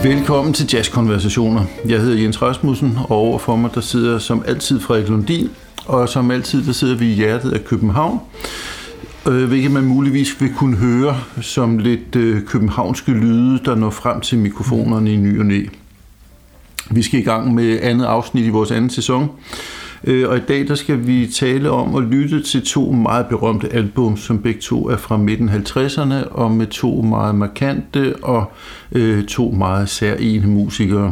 Velkommen til Jazzkonversationer. Jeg hedder Jens Rasmussen, og overfor mig der sidder som altid Frederik Lundin, og som altid der sidder vi i hjertet af København, hvilket man muligvis vil kunne høre som lidt københavnske lyde, der når frem til mikrofonerne i ny og næ. Vi skal i gang med andet afsnit i vores anden sæson, og i dag der skal vi tale om at lytte til to meget berømte album, som begge to er fra midten 50'erne, og med to meget markante og to meget særegne musikere.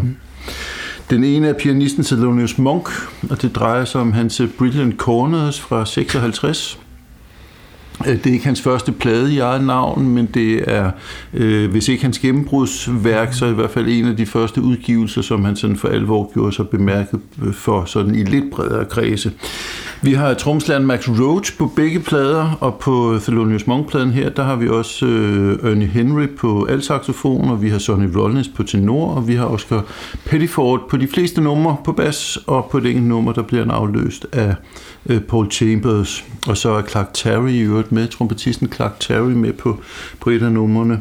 Den ene er pianisten Thelonious Monk, og det drejer sig om hans Brilliant Corners fra 56. Det er ikke hans første plade i eget navn, men det er, hvis ikke hans gennembrudsværk, så i hvert fald en af de første udgivelser, som han sådan for alvor gjorde sig bemærket for sådan i lidt bredere kredse. Vi har trommeslageren Max Roach på begge plader, og på Thelonious Monk-pladen her, der har vi også Ernie Henry på altsaxofon, og vi har Sonny Rollins på tenor, og vi har Oscar Pettiford på de fleste numre på bas, og på det enkelte nummer, der bliver han afløst af Paul Chambers, og så er Clark Terry i øvrigt med, trompetisten Clark Terry med på et af numrene.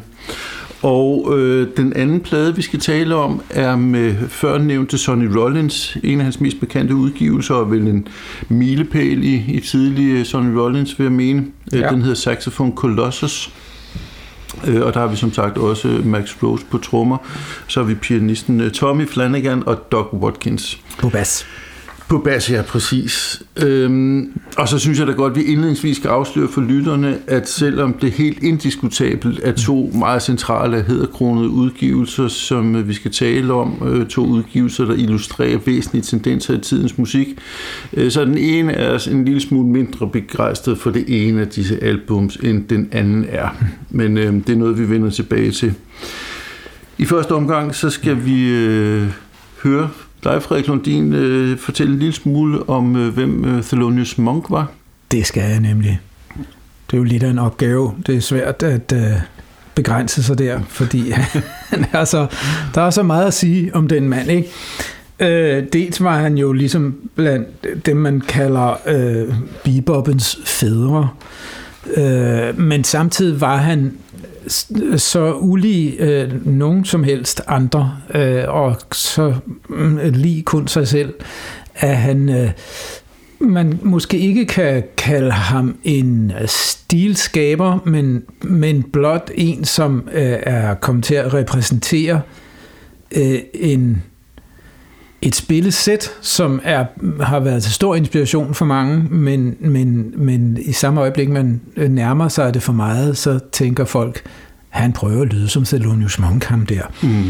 Og den anden plade, vi skal tale om, er med førnævnte Sonny Rollins, en af hans mest bekendte udgivelser, og vel en milepæl i tidlige Sonny Rollins, vil jeg mene. Ja. Den hedder Saxophone Colossus. Og der har vi som sagt også Max Roach på trommer. Så har vi pianisten Tommy Flanagan og Doug Watkins på bas. På bas, ja, præcis. Og så synes jeg da godt, at vi indledningsvis skal afsløre for lytterne, at selvom det er helt indiskutabelt er to meget centrale hæderkronede udgivelser, som vi skal tale om, to udgivelser, der illustrerer væsentlige tendenser i tidens musik, så den ene er os en lille smule mindre begejstret for det ene af disse albums, end den anden er. Men det er noget, vi vender tilbage til. I første omgang, så skal vi høre dig, Frederik Lundin, fortælle en lille smule om, hvem Thelonious Monk var. Det skal jeg nemlig. Det er jo lidt af en opgave. Det er svært at begrænse sig der, fordi der er så meget at sige om den mand, ikke? Dels var han jo ligesom blandt dem, man kalder beboppens fædre, men samtidig var han så ulig nogen som helst andre, og så lige kun sig selv, at han man måske ikke kan kalde ham en stilskaber, men blot en, som er kommet til at repræsentere et spillesæt, som har været til stor inspiration for mange, men i samme øjeblik, man nærmer sig det for meget, så tænker folk, han prøver at lyde som Thelonious Monk, ham der.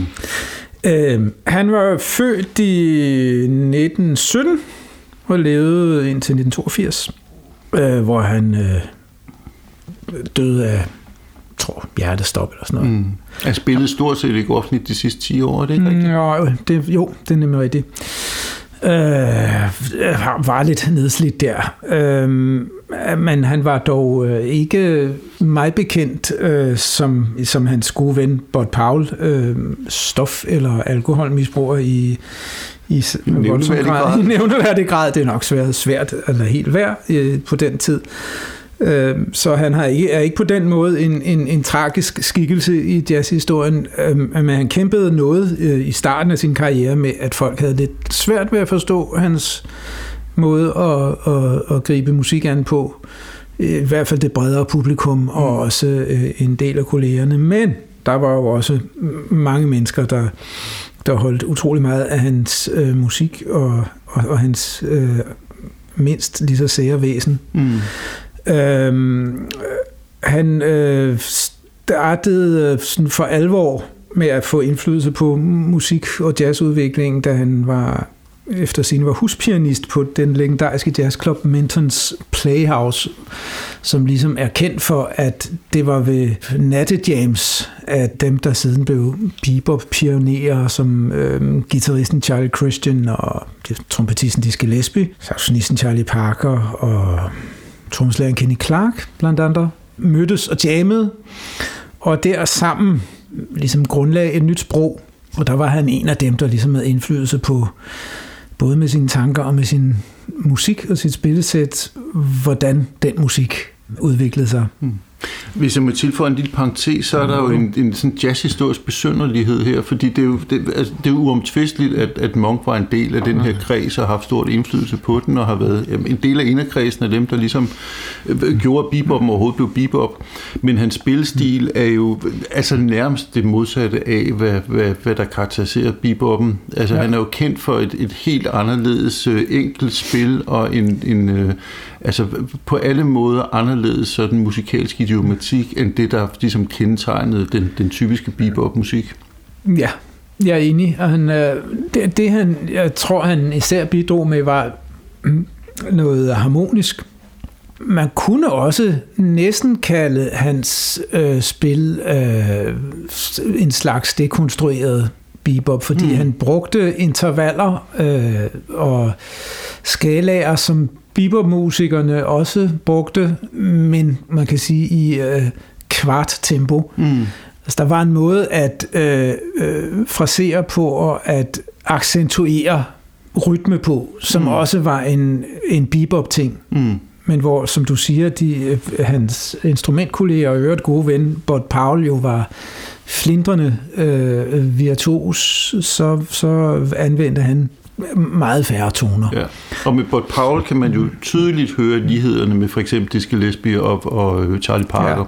Han var født i 1917 og levede indtil 1982, hvor han døde af hjertestop eller sådan noget. Han spillede stort set ikke offentligt de sidste 10 år, er det ikke rigtigt? Jo, det er nemlig rigtigt. Var lidt nedslidt der. Men han var dog ikke meget bekendt som hans gode ven Bud Powell, stof- eller alkoholmisbruger i nævneværdig grad. Det er nok svært eller helt værd på den tid. Så han er ikke på den måde en tragisk skikkelse i jazzhistorien, men han kæmpede noget i starten af sin karriere med, at folk havde lidt svært ved at forstå hans måde at gribe musik an på, i hvert fald det bredere publikum og også en del af kollegerne, men der var jo også mange mennesker, der holdt utrolig meget af hans musik og hans mindst lige så sære væsen. Han startede sådan for alvor med at få indflydelse på musik- og jazzudviklingen, da han var efter sin var huspianist på den legendariske jazzklub Mentons Playhouse, som ligesom er kendt for, at det var ved nattejams af dem, der siden blev bebop-pionerer, som guitaristen Charlie Christian og trompetisten Dizzy Gillespie, saxofonisten Charlie Parker og trommeslageren Kenny Clarke blandt andre mødtes og jammede, og der sammen ligesom grundlagde et nyt sprog, og der var han en af dem, der ligesom havde indflydelse på både med sine tanker og med sin musik og sit spillesæt, hvordan den musik udviklede sig. Hvis jeg må tilføje en lille parentes, så er der jo en sådan jazzhistorisk besynderlighed her, fordi det er jo uomtvisteligt, at Monk var en del af den her kreds og har haft stort indflydelse på den, og har været en del af inderkredsen af dem, der ligesom gjorde, at beboppen overhovedet blev bebop. Men hans spillestil er jo altså nærmest det modsatte af, hvad der karakteriserer beboppen. Altså han er jo kendt for et helt anderledes enkelt spil, og altså på alle måder anderledes sådan musikalsk idiomatik, end det, der ligesom kendetegnede den typiske bebop-musik. Ja, jeg er enig. Og jeg tror, han især bidrog med, var noget harmonisk. Man kunne også næsten kalde hans spil en slags dekonstrueret bebop, fordi han brugte intervaller og skalaer, som bebop-musikerne også brugte, men man kan sige i kvart tempo. Altså, der var en måde at frasere på og at accentuere rytme på, som også var en bebop-ting. Men hvor, som du siger, hans instrumentkolleger og øvrigt gode ven, Bud Powell, jo var flintrende virtuos, så anvendte han meget færre toner. Ja. Og med Bud Powell kan man jo tydeligt høre lighederne med for eksempel Dizzy Gillespie og Charlie Parker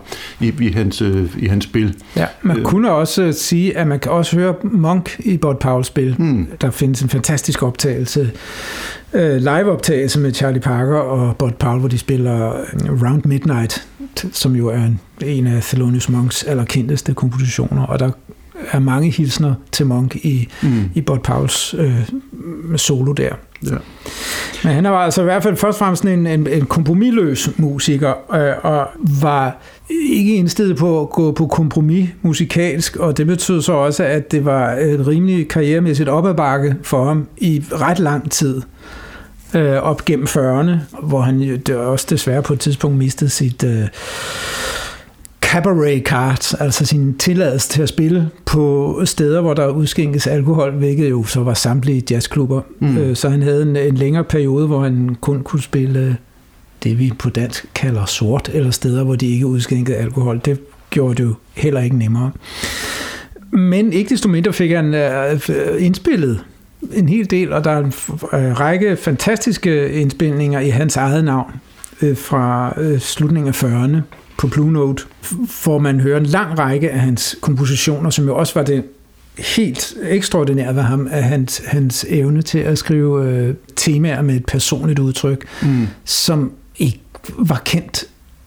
i hans spil. Ja, man kunne også sige, at man kan også høre Monk i Bud Powells spil. Der findes en fantastisk optagelse, live-optagelse med Charlie Parker og Bud Powell, hvor de spiller Round Midnight, som jo er en af Thelonious Monks allerkendteste kompositioner, og der er mange hilsner til Monk i Bud Powells solo der. Ja. Men han var altså i hvert fald først og fremmest en kompromisløs musiker, og var ikke indstillet på at gå på kompromis musikalsk, og det betød så også, at det var et rimelig karrieremæssigt op ad bakke for ham i ret lang tid. Op gennem 40'erne, hvor han også desværre på et tidspunkt mistede sit cabaret cards, altså sin tilladelse til at spille på steder, hvor der udskænkes alkohol, hvilket jo så var samtlige jazzklubber. Så han havde en længere periode, hvor han kun kunne spille det, vi på dansk kalder sort, eller steder, hvor de ikke udskænkede alkohol. Det gjorde det jo heller ikke nemmere. Men ikke desto mindre fik han indspillet en hel del, og der er en række fantastiske indspilninger i hans eget navn fra slutningen af 40'erne på Blue Note, hvor man hører en lang række af hans kompositioner, som jo også var det helt ekstraordinære ved ham, af hans evne til at skrive temaer med et personligt udtryk, som ikke var kendt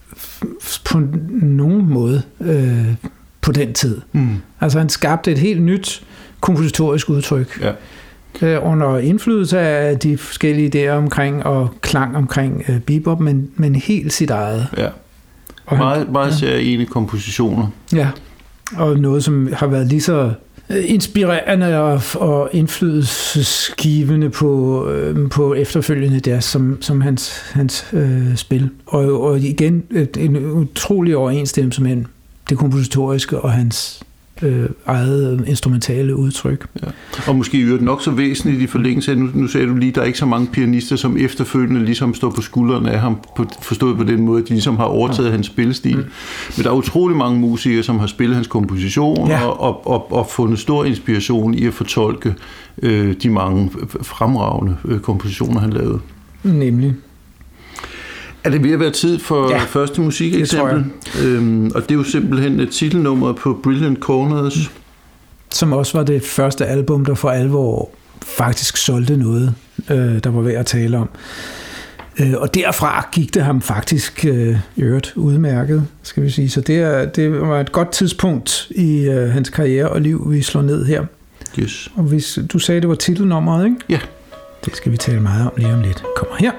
på nogen måde på den tid. Altså han skabte et helt nyt kompositorisk udtryk. Ja. Under indflydelse af de forskellige idéer omkring og klang omkring bebop, men helt sit eget. Ja. Meget særlige kompositioner. Ja, og noget, som har været lige så inspirerende og indflydelsesgivende på efterfølgende jazz, som hans spil. Og igen, en utrolig overensstemmelse mellem det kompositoriske og hans eget instrumentale udtryk. Ja. Og måske jo nok så væsentligt i forlængelse af, nu sagde du lige, der er ikke så mange pianister, som efterfølgende ligesom står på skuldrene af ham, forstået på den måde, at de ligesom har overtaget hans spillestil. Men der er utrolig mange musikere, som har spillet hans komposition og fundet stor inspiration i at fortolke de mange fremragende kompositioner, han lavede. Nemlig. Er det ved at være tid for første musikeksempel? Og det er jo simpelthen titelnummeret på Brilliant Corners. Som også var det første album, der for alvor faktisk solgte noget, der var værd at tale om. Og derfra gik det ham faktisk øvrigt udmærket, skal vi sige. Så det var et godt tidspunkt i hans karriere og liv, vi slår ned her. Yes. Og hvis du sagde, det var titelnummeret, ikke? Ja. Det skal vi tale meget om lige om lidt. Kommer her.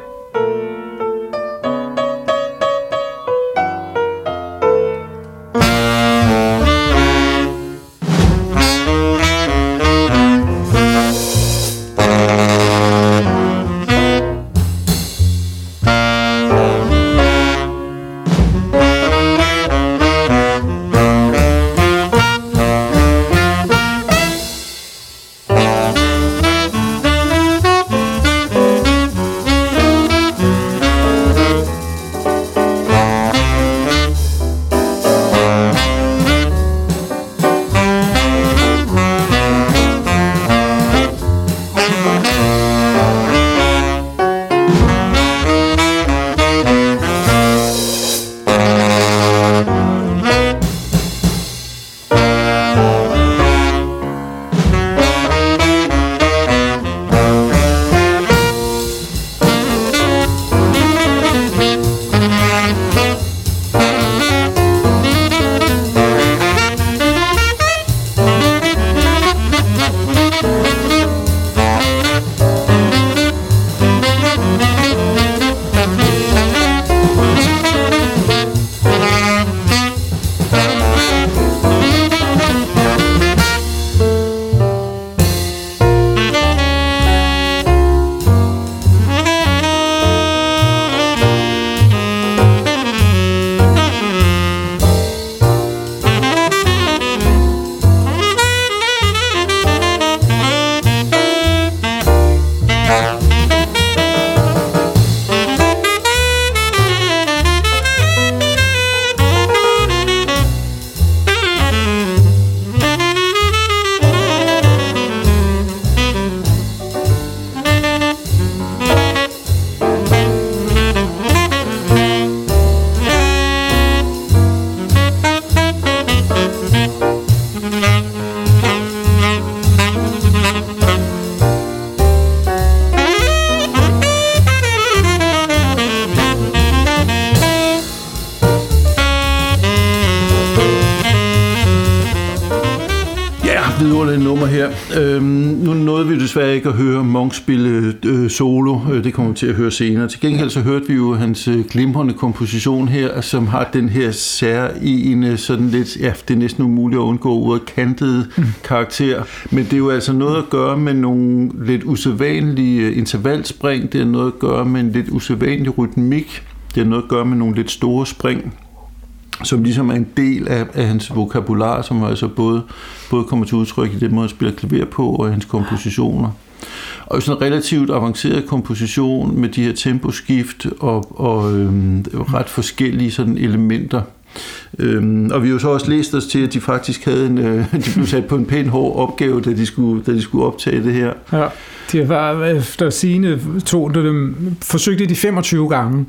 lidt et nummer her. Nu nåede vi desværre ikke at høre Monk spille solo. Det kommer vi til at høre senere. Til gengæld så hørte vi jo hans glimrende komposition her, som har den her særlige, sådan lidt, ja, det er næsten umuligt at undgå ordet kantede karakter. Men det er jo altså noget at gøre med nogle lidt usædvanlige intervalspring. Det er noget at gøre med en lidt usædvanlig rytmik. Det er noget at gøre med nogle lidt store spring, som ligesom er en del af hans vokabular, som altså både kommer til udtryk i den måde, han spiller klaver på, og hans kompositioner. Og sådan en relativt avanceret komposition med de her temposkift og ret forskellige sådan elementer. Og vi har jo så også læst os til, at de faktisk havde de blev sat på en pæn hård opgave, da de skulle optage det her. Ja, de var efter sigende forsøgte de 25 gange.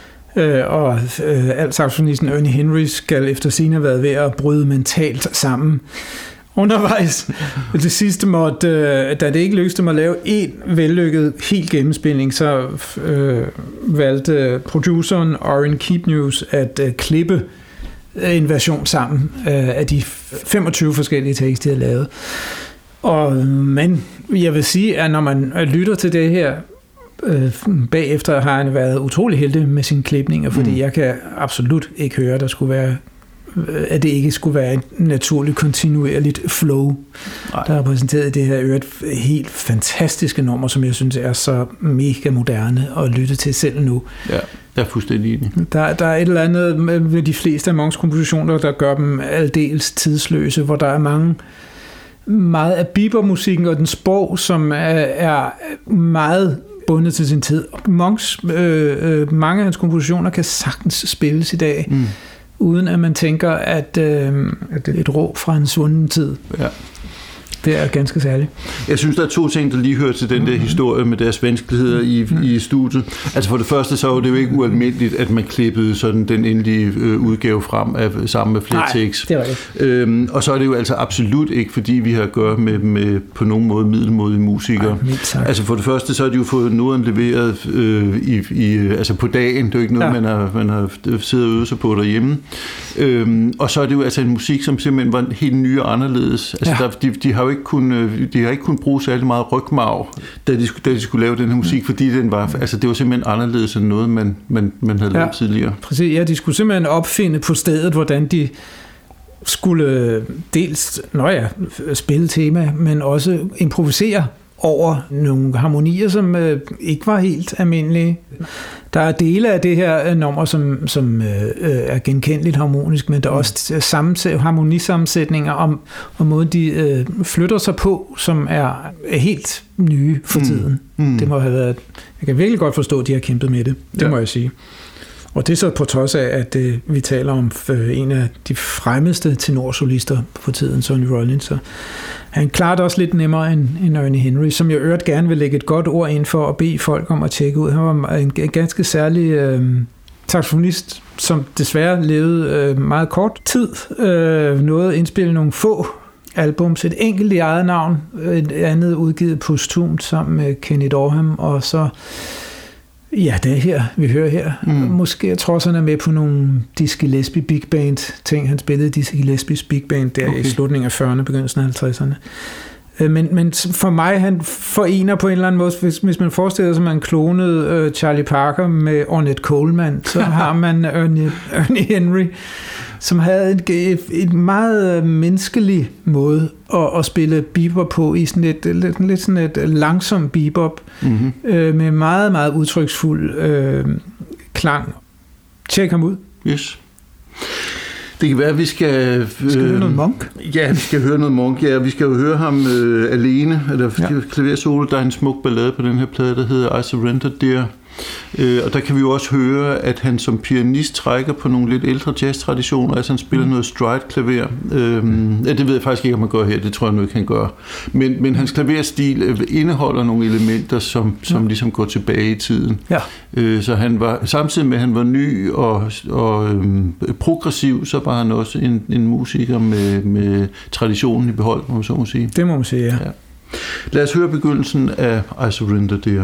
Og altsaxofonisten Ernie Henry skal efter sigende have været ved at bryde mentalt sammen undervejs. Det sidste da det ikke lykkedes dem at lave en vellykket helt gennemspilning, så valgte produceren Orrin Keepnews at klippe en version sammen af de 25 forskellige takes, de havde lavet. Men jeg vil sige, at når man lytter til det her, bagefter har han været utrolig heldig med sine klipninger, fordi jeg kan absolut ikke høre, at det ikke skulle være et naturligt, kontinuerligt flow, der er præsenteret i det her helt fantastiske nummer, som jeg synes er så mega moderne at lytte til selv nu. Ja, jeg er fuldstændig enig. Der er et eller andet med de fleste af Monks kompositioner, der gør dem aldeles tidsløse, hvor der er meget af bebop-musikken og den sprog, som er meget bundet til sin tid. Monks, mange af hans kompositioner kan sagtens spilles i dag, uden at man tænker, at det er et råb fra en svunden tid. Ja. Det er ganske særligt. Jeg synes, der er to ting, der lige hører til den der historie med deres vanskeligheder i studiet. Altså for det første, så var det jo ikke ualmindeligt, at man klippede sådan den endelige udgave frem sammen med flere takes. Det var det. Og så er det jo altså absolut ikke, fordi vi har at gøre med på nogen måde middelmådige musikere. Altså for det første, så har de jo fået noderne leveret altså på dagen. Det er jo ikke noget, man har siddet og øvet sig på derhjemme. Og så er det jo altså en musik, som simpelthen var helt ny og anderledes. Altså de har ikke kunnet bruge særlig meget rygmarv, da de skulle lave den her musik, fordi det var simpelthen anderledes end noget, man havde lavet tidligere. Præcis, ja, de skulle simpelthen opfinde på stedet, hvordan de skulle dels spille tema, men også improvisere over nogle harmonier, som ikke var helt almindelige. Der er dele af det her nummer, som er genkendeligt harmonisk, men der er også harmonisammensætninger om måden, de flytter sig på, som er helt nye for tiden. Det må have været... Jeg kan virkelig godt forstå, at de har kæmpet med det. Det må jeg sige. Og det er så på trods af, at vi taler om en af de fremmeste tenorsolister på tiden, Sonny Rollins. Så han klarede også lidt nemmere end Ernie Henry, som jeg gerne vil lægge et godt ord ind for at bede folk om at tjekke ud. Han var en ganske særlig saxofonist, som desværre levede meget kort tid. Nåede at indspille nogle få albums, et enkelt i eget navn, et andet udgivet postumt sammen med Kenny Dorham, og så det her, vi hører her. Måske jeg tror, han er med på nogle Dizzy Gillespie Big Band ting. Han spillede Dizzy Gillespies Big Band der i slutningen af 40'erne, begyndelsen af 50'erne. Men for mig, han forener på en eller anden måde, hvis man forestiller sig, at man klonede Charlie Parker med Ornette Coleman, så har man Ernie Henry, som havde en meget menneskelig måde at spille bebop på i sådan lidt sådan et langsom bebop, med meget, meget udtryksfuld klang. Tjek ham ud. Yes. Det kan være, at vi skal høre noget Monk. Ja, vi skal høre noget Monk. Ja, vi skal jo høre ham alene. Klaversolo, der er en smuk ballade på den her plade, der hedder I Surrender Dear. Og der kan vi jo også høre, at han som pianist trækker på nogle lidt ældre jazz-traditioner, altså han spiller noget stride-klaver. Det ved jeg faktisk ikke, om man gør her, det tror jeg nu ikke, han gør. Men hans klaverstil indeholder nogle elementer, som ligesom går tilbage i tiden. Ja. Så han var, samtidig med at han var ny og progressiv, så var han også en musiker med traditionen i behold, må man så må sige. Det må man sige, ja. Lad os høre begyndelsen af I Surrender Dear.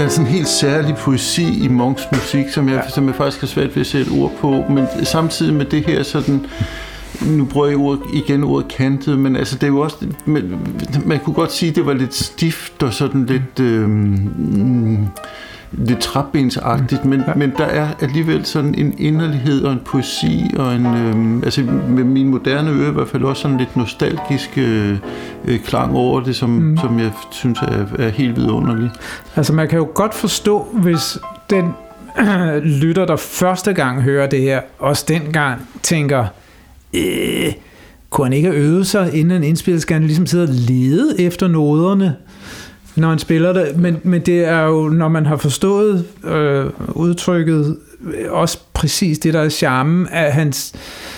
er sådan en helt særlig poesi i Monks musik, som jeg faktisk har svært ved at sætte ord på, men samtidig med det her sådan, nu bruger jeg ordet kantet, men altså det er jo også, man kunne godt sige, at det var lidt stift og sådan lidt træbensagtigt, men der er alligevel sådan en inderlighed og en poesi og en, altså med min moderne øre i hvert fald også sådan lidt nostalgisk klang over det, som jeg synes er helt vidunderligt. Altså man kan jo godt forstå, hvis den lytter, der første gang hører det her, også dengang tænker, kunne han ikke have øvet sig inden en indspil, skal han ligesom sidde og lede efter noderne, når han spiller det, men det er jo, når man har forstået udtrykket, også præcis det, der er charmen af hans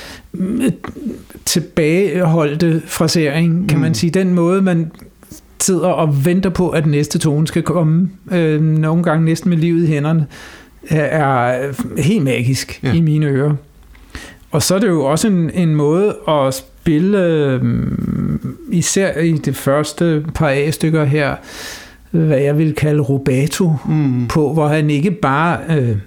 tilbageholdte frasering, kan man sige, den måde, man sidder og venter på, at næste tone skal komme, nogle gange næsten med livet i hænderne, er helt magisk i mine ører. Og så er det jo også en måde at spille, især i det første par A-stykker her, hvad jeg vil kalde rubato, på, hvor han ikke bare,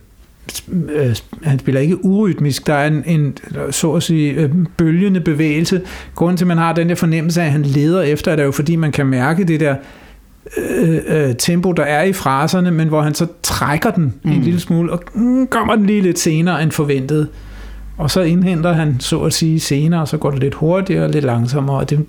han spiller ikke urytmisk, der er en så at sige, bølgende bevægelse. Grunden til, at man har den der fornemmelse af, at han leder efter, er det jo, fordi man kan mærke det der tempo, der er i fraserne, men hvor han så trækker den en lille smule, og kommer den lige lidt senere end forventet. Og så indhenter han, så at sige, senere, og så går det lidt hurtigere og lidt langsommere, og det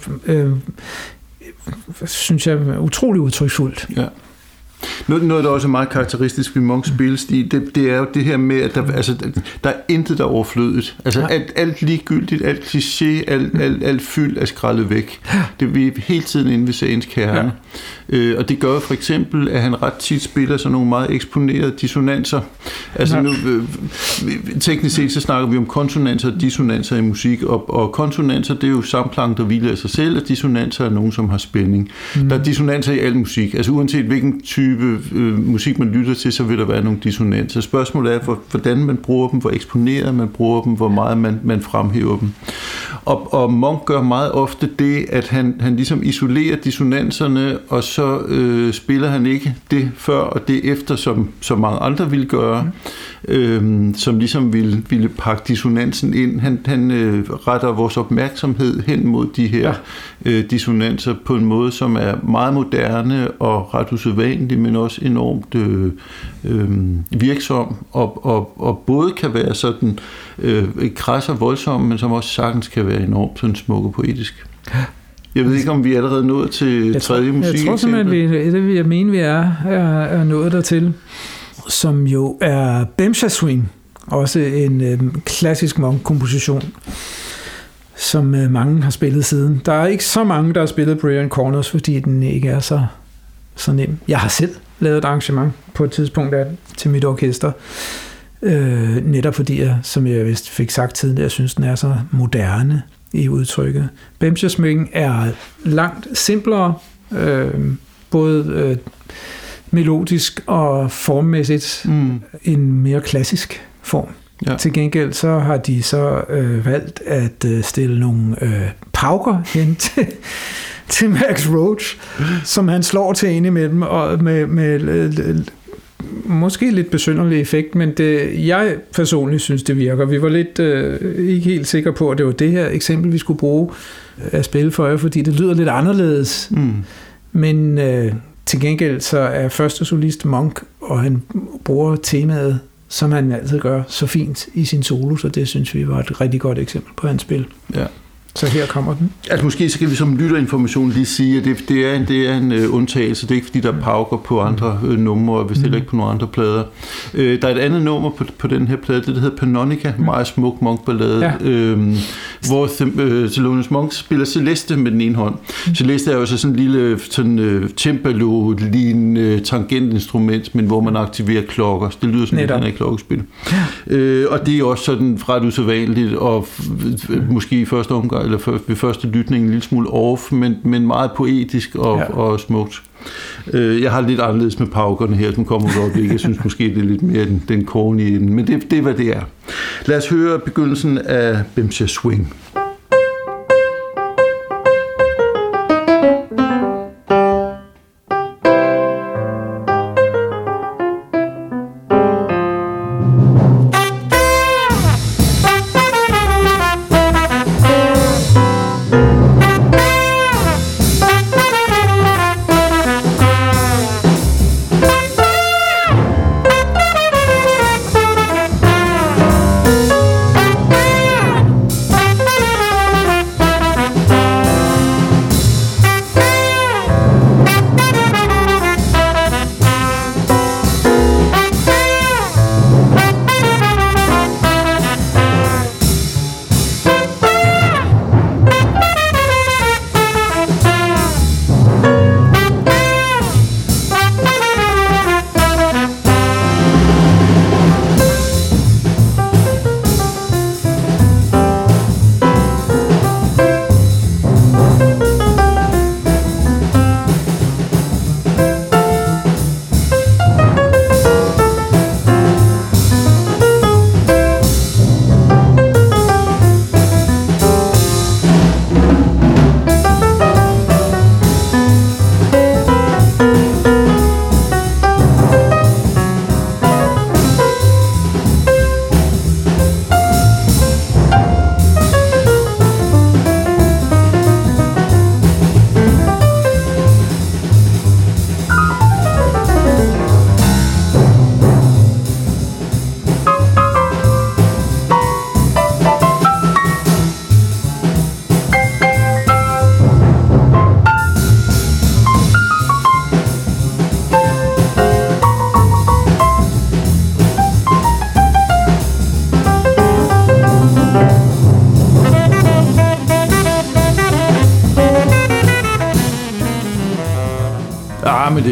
synes jeg er utrolig udtryksfuldt. Ja. Noget, der også er meget karakteristisk ved Monks spillestil, det er jo det her med, at der er intet, der er overflødigt. Altså alt ligegyldigt, alt kliché, alt fyld er skrællet væk. Det er vi hele tiden inde ved sagens kerne. Ja. Og det gør for eksempel, at han ret tit spiller sådan nogle meget eksponerede dissonanser. Altså nu, teknisk set, så snakker vi om konsonanser og dissonanser i musik, og konsonanser, det er jo samklang, der hviler af sig selv, og dissonanser er nogen, som har spænding. Der er dissonanser i al musik. Altså uanset hvilken type musik, man lytter til, så vil der være nogle dissonanser. Spørgsmålet er, hvordan man bruger dem, hvor eksponeret man bruger dem, hvor meget man fremhæver dem. Og Monk gør meget ofte det, at han ligesom isolerer dissonanserne, og så spiller han ikke det før og det efter, som mange andre ville gøre, som ligesom ville pakke dissonansen ind. Han retter vores opmærksomhed hen mod de her dissonanser på en måde, som er meget moderne og ret usædvanlig, men også enormt virksom, og både kan være sådan kras og voldsom, men som også sagtens kan være enormt sådan smuk og poetisk. Jeg ved ikke, om vi er allerede nået til tredje musik. Jeg tror simpelthen, det vil jeg mene, vi er nået dertil, som jo er Bemsha Swing, også en klassisk Monk-komposition, som mange har spillet siden. Der er ikke så mange, der har spillet Brilliant Corners, fordi den ikke er så nem. Jeg har selv lavet et arrangement på et tidspunkt til mit orkester, netop fordi jeg, som jeg vist fik sagt tidligere, jeg synes, den er så moderne i udtrykket. Bemsha Swing er langt simplere, både melodisk og formmæssigt en mere klassisk form. Ja. Til gengæld så har de så valgt at stille nogle pauker hen til Max Roach, som han slår til indimellem, og med måske lidt besynderlig effekt, men jeg personligt synes, det virker. Vi var lidt ikke helt sikre på, at det var det her eksempel, vi skulle bruge at spille for jer, fordi det lyder lidt anderledes. Men til gengæld så er første solist Monk, og han bruger temaet, som han altid gør, så fint i sin solo, så det synes vi var et rigtig godt eksempel på hans spil. Ja. Så her kommer den. Altså måske skal vi som lytterinformation lige sige, at det er en undtagelse. Det er ikke fordi, der er pauker på andre numre, hvis det er ikke på nogle andre plader. Der er et andet nummer på den her plade, det hedder Panonica, meget smuk Monk-ballade, hvor Thelonious Monk spiller Celeste med den ene hånd. Celeste er jo så sådan en lille cembalo-lignende tangentinstrument, men hvor man aktiverer klokker. Det lyder som et klokkespil. Og det er også sådan ret usædvanligt, og måske i første omgang, eller ved første lytning en lille smule off, men meget poetisk og smukt. Jeg har lidt anderledes med paukerne her, som kommer ud over det. Jeg synes måske, det er lidt mere den corny i den, men det er, hvad det er. Lad os høre begyndelsen af Bemsha Swing.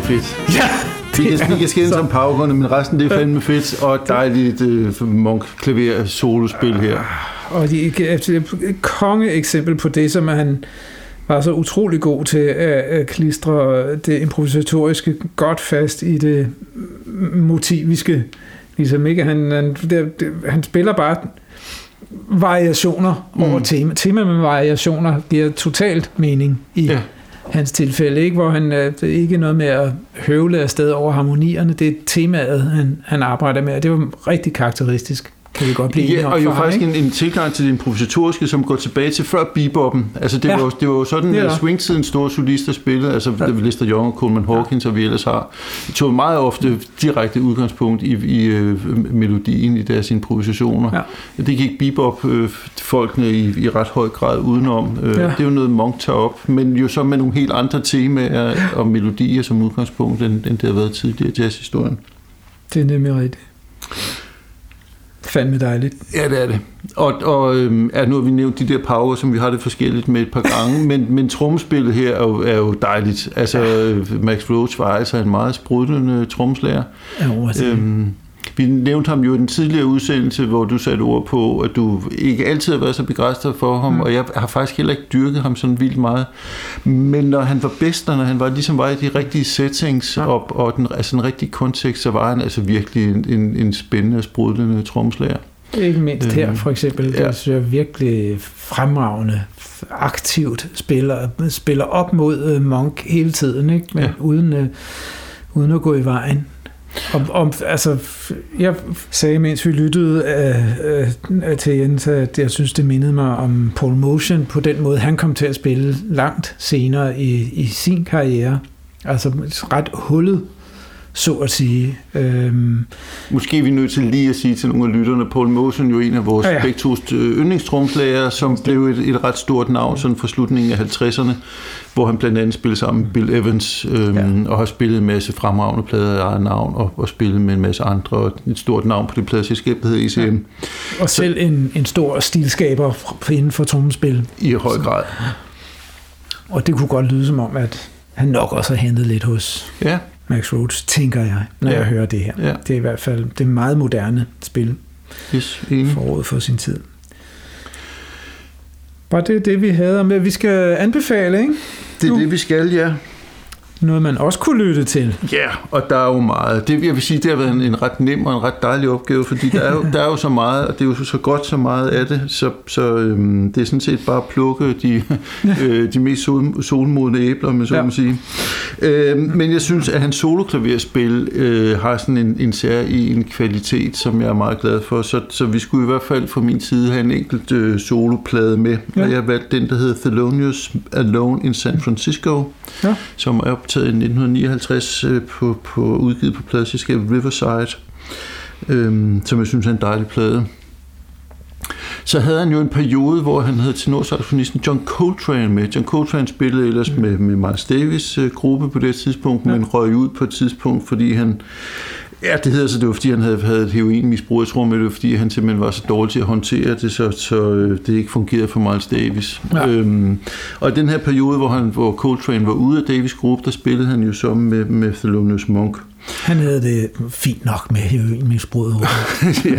fedt. Ja, Vi kan skændes om powergrunde, men resten det er fandme fedt, og dejligt Monk-klaver solospil her. Og et kongeeksempel på det, som han var så utrolig god til at klistre det improvisatoriske godt fast i det motiviske. Ligesom ikke, han spiller bare variationer over tema. Tema med variationer giver totalt mening i hans tilfælde, ikke? Hvor han ikke er noget med at høvle afsted over harmonierne. Det er temaet, han arbejder med, og det var rigtig karakteristisk. Kan vi godt blive enige om og jo for faktisk ham, en tilgang til det improvisatoriske, som går tilbage til før beboppen. Altså det var jo sådan, at swing-tidens store solister spillede, altså Lester Young og Coleman Hawkins, og vi ellers har, tog meget ofte direkte udgangspunkt i melodien i deres improvisationer. Ja. Det gik bebop-folkene i ret høj grad udenom. Det er jo noget Monk tager op, men jo så med nogle helt andre temaer og melodier som udgangspunkt, end det har været tidligere i jazzhistorien. Det er nemlig rigtigt. Fandme dejligt. Ja, det er det. Og nu har vi nævnt de der power, som vi har det forskelligt med et par gange, men trommespillet her er jo dejligt. Altså, Max Roach var altså en meget sprudlende trommeslager. Vi nævnte ham jo i den tidligere udsendelse, hvor du satte ord på, at du ikke altid har været så begejstret for ham, og jeg har faktisk heller ikke dyrket ham sådan vildt meget. Men når han var bedst, når han var i de rigtige settings og den rigtige kontekst, så var han altså virkelig en spændende og sprudlende trommeslager. Ikke mindst her for eksempel, der synes jeg virkelig fremragende, aktivt spiller op mod Monk hele tiden, ikke? Men uden at gå i vejen. Altså, jeg sagde, mens vi lyttede til Jens, at jeg synes, det mindede mig om Paul Motion på den måde, han kom til at spille langt senere i sin karriere. Altså ret hullet, så at sige. Måske er vi nødt til lige at sige til nogle af lytterne, Paul Motion jo en af vores begge tos yndlingstromslager, som blev et ret stort navn sådan fra slutningen af 50'erne, hvor han blandt andet spillede sammen med Bill Evans, og har spillet en masse fremragende plader af eget navn, og spillet med en masse andre, og et stort navn på det pladeselskab, der hedder ECM. Ja. Og selv en stor stilskaber inden for trommespil. I høj grad. Og det kunne godt lyde som om, at han nok også har hentet lidt hos Max Roach, tænker jeg, når jeg hører det her. Ja. Det er i hvert fald det meget moderne spil. Forud for sin tid. Var det vi havde med, vi skal anbefale, ikke? Det er det, vi skal, ja. Noget, man også kunne lytte til. Ja, og der er jo meget. Det, jeg vil sige, det har været en ret nem og en ret dejlig opgave, fordi der er jo så meget, og det er jo så godt så meget af det, så det er sådan set bare at plukke de mest solmodne æbler, med så må sige. Men jeg synes, at hans soloklaverspil har sådan en særlig kvalitet, som jeg er meget glad for, så vi skulle i hvert fald fra min side have en enkelt soloplade med, og jeg valgte den, der hedder Thelonious Alone in San Francisco, som er optaget i 1959 udgivet på pladeselskabet Riverside, som jeg synes er en dejlig plade. Så havde han jo en periode, hvor han havde tenorsaxofonisten John Coltrane med. John Coltrane spillede ellers med Miles Davis gruppe på det tidspunkt, men røg ud på et tidspunkt, fordi han... Ja, det hedder så, det var fordi han havde et heroinmisbrug. Jeg tror med det var fordi han simpelthen var så dårlig til at håndtere det, så det ikke fungerede for Miles Davis. Ja. Og i den her periode, hvor Coltrane var ude af Davis gruppe, der spillede han jo så med Thelonious Monk. Han havde det fint nok med heroinmisbruget. Ja.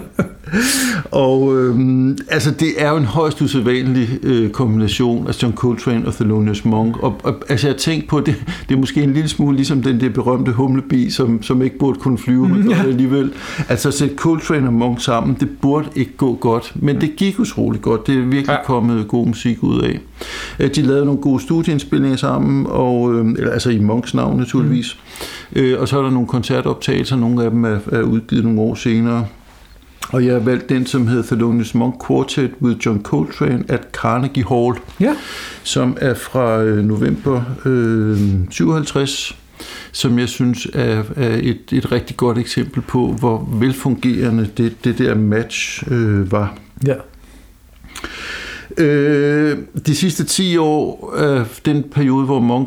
Og altså det er jo en højst usædvanlig kombination af John Coltrane og Thelonious Monk, og altså jeg tænkte på, det er måske en lille smule ligesom den der berømte humlebi, som ikke burde kunne flyve, men alligevel. Altså at sætte Coltrane og Monk sammen, det burde ikke gå godt, men det gik utroligt godt. Det er virkelig kommet god musik ud af. De lavede nogle gode studieindspilninger sammen, og altså i Monks navn naturligvis. Og så er der nogle koncertoptagelser, nogle af dem er udgivet nogle år senere. Og jeg har valgt den, som hedder Thelonious Monk Quartet with John Coltrane at Carnegie Hall, som er fra november 57, som jeg synes er et rigtig godt eksempel på, hvor velfungerende det der match var. Ja. De sidste 10 år, den periode, hvor Monk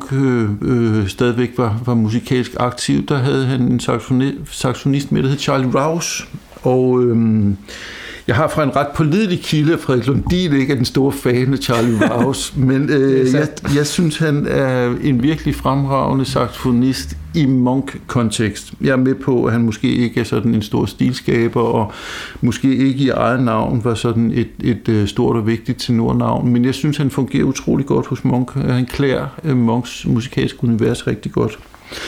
stadigvæk var musikalsk aktiv, der havde han en saxonist med, der hed Charlie Rouse. Og jeg har fra en ret pålidelig kilde, at Frederik Lundin ikke er den store fan af Charlie Rouse, men jeg synes, han er en virkelig fremragende saxofonist i Monk-kontekst. Jeg er med på, at han måske ikke er sådan en stor stilskaber, og måske ikke i eget navn var sådan et stort og vigtigt tenornavn, men jeg synes, han fungerer utrolig godt hos Monk. Han klæder Monks musikalske univers rigtig godt.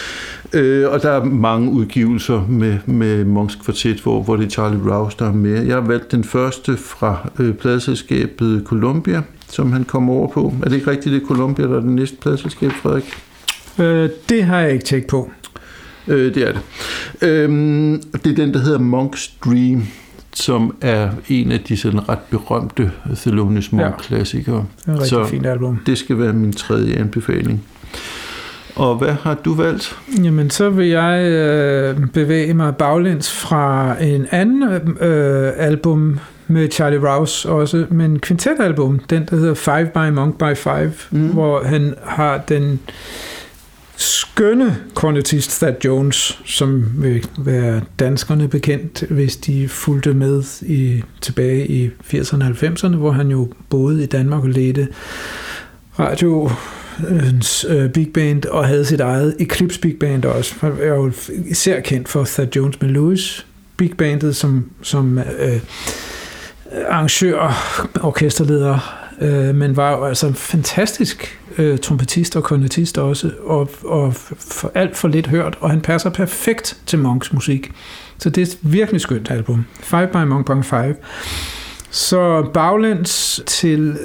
Og der er mange udgivelser med Monks kvartet, hvor det er Charlie Rouse, der er med. Jeg har valgt den første fra pladeselskabet Columbia, som han kom over på. Er det ikke rigtigt, det er Columbia, der er det næste pladeselskab, Frederik? Det har jeg ikke tjekket på. Det er det. Det er den, der hedder Monk's Dream, som er en af de sådan ret berømte Thelonious Monk-klassikere. Det er et rigtig fint album. Det skal være min tredje anbefaling. Og hvad har du valgt? Jamen, så vil jeg bevæge mig baglæns fra en anden album med Charlie Rouse også, men kvintetalbum, den der hedder Five by Monk by Five, hvor han har den skønne kornetist Thad Jones, som vil være danskerne bekendt, hvis de fulgte med tilbage i 80'erne og 90'erne, hvor han jo boede i Danmark og ledte radio big band og havde sit eget Eclipse Big Band også. Han er jo især kendt for Thad Jones med Lewis Big Bandet som arrangør, orkesterleder, men var jo altså en fantastisk trompetist og kornetist også, og for alt for lidt hørt, og han passer perfekt til Monks musik. Så det er et virkelig skønt album. Five by Monk by Five. Så baglæns til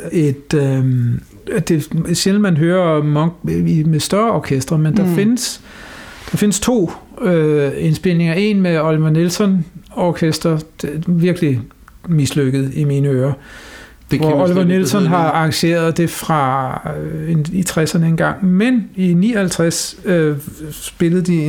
det er sjældent, man hører Monk med større orkestre, men der findes to indspilninger. En med Oliver Nelson orkester, virkelig mislykket i mine ører. Hvor Oliver Nelson har arrangeret det fra i 60'erne engang, men i 59 spillede de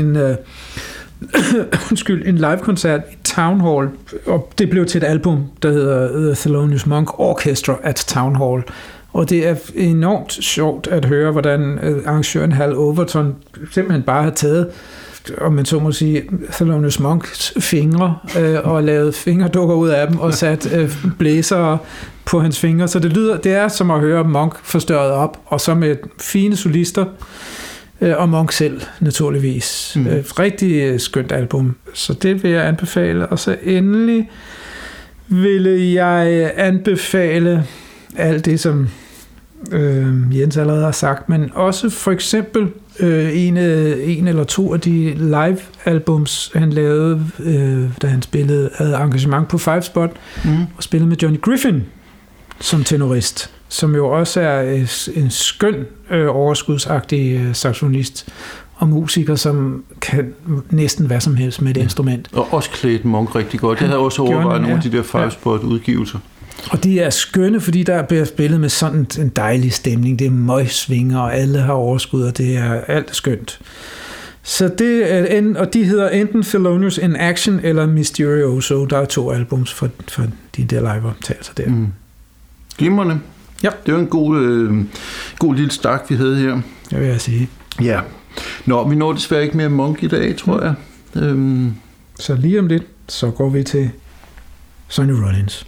en live-koncert i Town Hall, og det blev til et album, der hedder The Thelonious Monk Orchestra at Town Hall. Og det er enormt sjovt at høre, hvordan arrangøren Hal Overton simpelthen bare har taget, om man så må sige, Thelonious Monks fingre og lavet fingerdukker ud af dem og sat blæsere på hans fingre. Så det er som at høre Monk forstørret op, og så med fine solister, og Monk selv, naturligvis. Rigtig skønt album, så det vil jeg anbefale. Og så endelig ville jeg anbefale alt det, som Jens allerede har sagt, men også for eksempel en eller to af de live-albums, han lavede, da han havde engagement på Five Spot, og spillede med Johnny Griffin som tenorist, som jo også er en skøn, overskudsagtig saxofonist og musiker, som kan næsten hvad som helst med et instrument. Og også klædt Monk rigtig godt. Jeg havde også overvejet nogle af de der Five Spot-udgivelser. Og de er skønne, fordi der bliver spillet med sådan en dejlig stemning. Det er møgsvinger, og alle har overskud, og det er alt skønt. Så det er, og de hedder enten Thelonious in Action eller Mysterioso. Der er 2 albums for de der live-optagelser der. Glimrende. Ja. Det var en god lille stak, vi havde her. Det vil jeg sige. Ja. Nå, vi når desværre ikke mere Monk i dag, tror jeg. Så lige om lidt, så går vi til Sonny Rollins.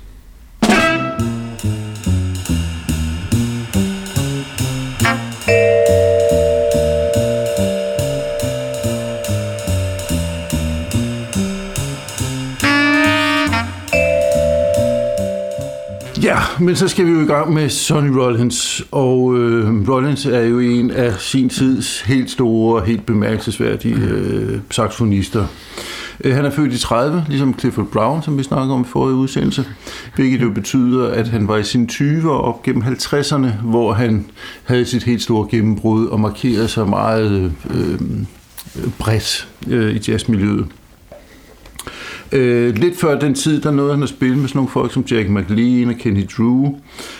Ja, men så skal vi jo i gang med Sonny Rollins, og Rollins er jo en af sin tids helt store, helt bemærkelsesværdige saxofonister. Han er født i 30, ligesom Clifford Brown, som vi snakkede om i forrige udsendelse, hvilket jo betyder, at han var i sine 20'er op gennem 50'erne, hvor han havde sit helt store gennembrud og markerede sig meget bredt i jazzmiljøet. Lidt før den tid, der nåede han at spille med sådan nogle folk som Jack McLean og Kenny Drew.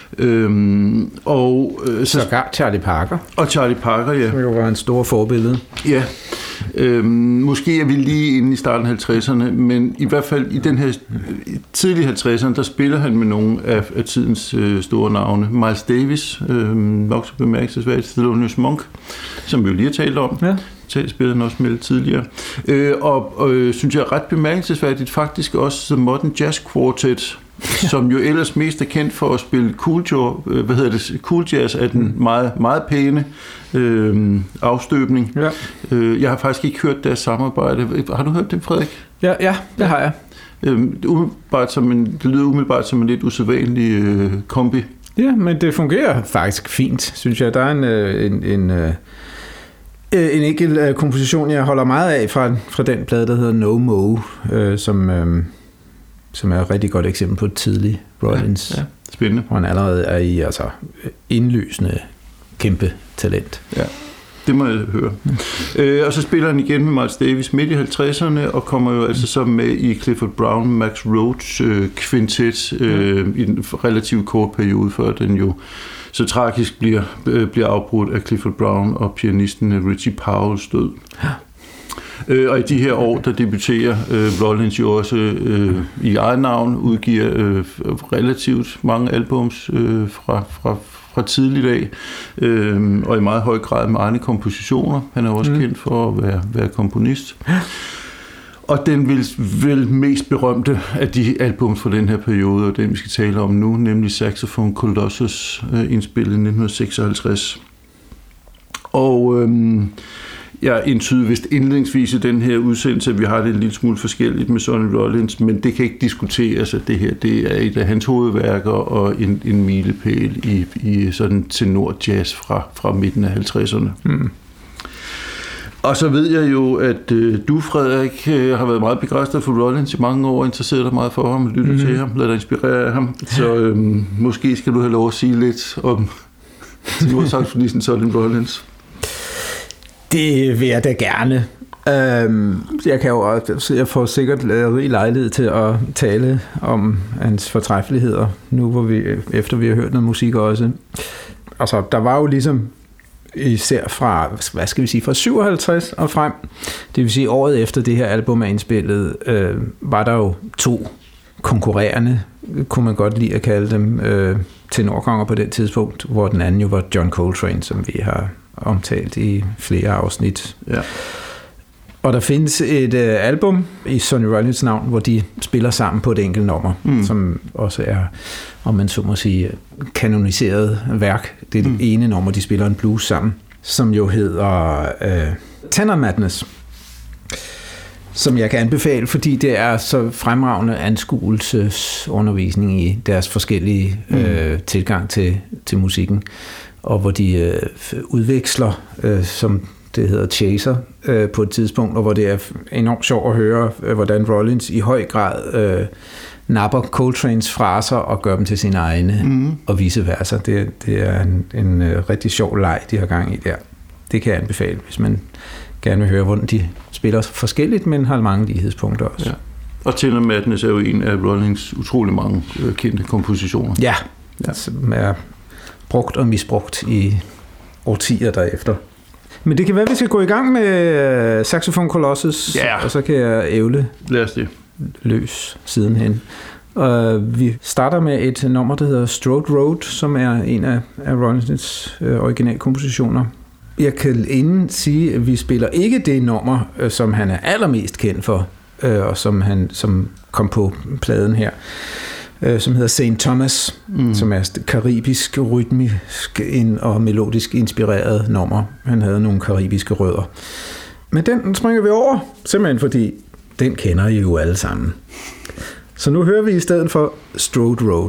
Sågar Charlie Parker. Og Charlie Parker, ja. Som jo var en stor forbillede. Ja. Måske er vi lige inde i starten af 50'erne, men i hvert fald i den her tidlige 50'erne, der spiller han med nogle af tidens store navne. Miles Davis, nok så bemærkelsesværdigt, Thelonious Monk, som vi jo lige har talt om. Ja. spillede han også med lidt tidligere. Og synes jeg er ret bemærkelsesværdigt faktisk også The Modern Jazz Quartet, som jo ellers mest er kendt for at spille cool jazz af den meget, meget pæne afstøbning. Ja. Jeg har faktisk ikke hørt deres samarbejde. Har du hørt det, Frederik? Ja, det har jeg. Det lyder umiddelbart som en lidt usædvanlig kombi. Ja, men det fungerer faktisk fint, synes jeg. Der er en enkelt komposition, jeg holder meget af fra den plade, der hedder No Mo, som er et rigtig godt eksempel på et tidligt Rollins. Ja, spændende. Hvor han allerede er i indlysende kæmpe talent. Ja, det må jeg høre. Og så spiller han igen med Miles Davis midt i 50'erne, og kommer jo altså så med i Clifford Brown, Max Roach kvintet i en relativt kort periode, før den jo så tragisk bliver afbrudt af Clifford Brown og pianisten Richie Powells død. Og i de her år, der debuterer Rollins jo også i eget navn, udgiver relativt mange albums fra tidligt af, og i meget høj grad med egne kompositioner. Han er også kendt for at være komponist. Og den vel mest berømte af de albums fra den her periode, og den vi skal tale om nu, nemlig Saxophone Colossus, indspillet i 1956. Og jeg intyder vist indledningsvis i den her udsendelse, at vi har det en lille smule forskelligt med Sonny Rollins, men det kan ikke diskuteres, at det her det er et af hans hovedværker og en milepæl i sådan tenor jazz fra midten af 50'erne. Og så ved jeg jo, at du, Frederik, har været meget begejstret for Rollins i mange år, interesseret dig meget for ham og lyttet til ham, lader dig inspirere af ham. Så måske skal du have lov at sige lidt om tenorsaxofonisten Sonny Rollins. Det vil jeg da gerne. Jeg får sikkert rig lejlighed til at tale om hans fortræffeligheder, nu hvor efter vi har hørt noget musik også. Altså, der var jo ligesom især fra, fra 57 og frem, det vil sige året efter det her album er indspillet, var der jo 2 konkurrerende, kunne man godt lide at kalde dem, tenorkonger på det tidspunkt, hvor den anden jo var John Coltrane, som vi har omtalt i flere afsnit. Ja. Og der findes et album i Sonny Rollins navn, hvor de spiller sammen på et enkelt nummer, som også er, om man så må sige, kanoniseret værk. Det er det ene nummer, de spiller en blues sammen, som jo hedder Tenor Madness, som jeg kan anbefale, fordi det er så fremragende anskuelsesundervisning i deres forskellige tilgang til musikken, og hvor de udveksler, som det hedder chaser, på et tidspunkt, og hvor det er enormt sjovt at høre, hvordan Rollins i høj grad napper Coltranes fraser og gør dem til sine egne, og vice versa. Det er en rigtig sjov leg, de har gang i der. Det kan jeg anbefale, hvis man gerne vil høre, hvordan de spiller forskelligt, men har mange lighedspunkter også. Ja. Og Tenor Madness er jo en af Rollins utrolig mange kendte kompositioner. Ja, som er brugt og misbrugt i årtier derefter. Men det kan være, at vi skal gå i gang med Saxophone Colossus, og så kan jeg ævle løs sidenhen. Vi starter med et nummer, der hedder Strode Road, som er en af Rollins originalkompositioner. Jeg kan inden sige, at vi spiller ikke det nummer, som han er allermest kendt for, og som kom på pladen her, som hedder St. Thomas, som er karibisk, rytmisk og melodisk inspireret nummer. Han havde nogle karibiske rødder. Men den springer vi over, simpelthen fordi den kender I jo alle sammen. Så nu hører vi i stedet for Strode Road.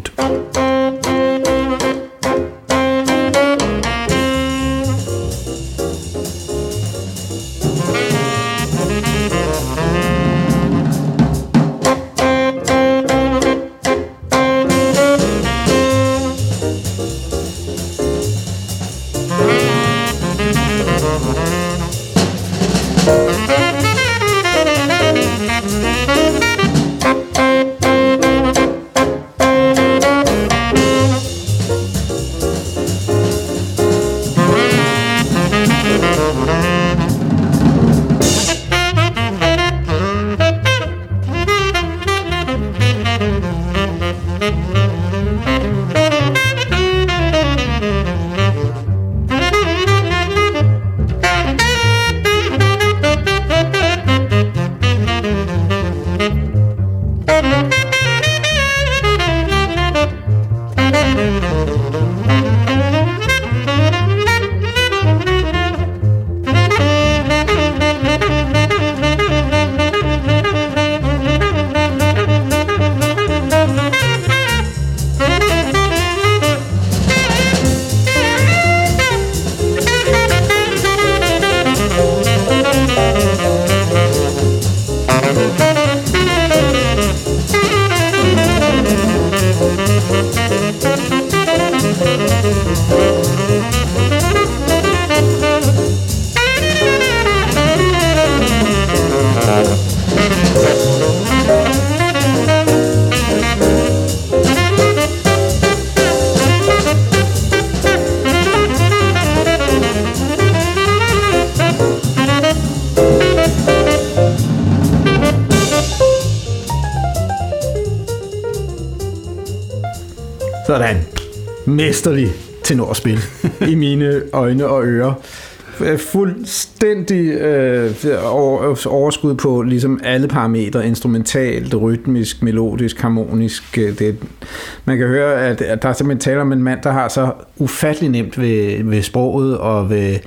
Sådan. Mesterlig tenorspil i mine øjne og ører. Fuldstændig overskud på ligesom alle parametre, instrumentalt, rytmisk, melodisk, harmonisk. Man kan høre, at der er simpelthen tale om en mand, der har så ufattelig nemt ved sproget og ved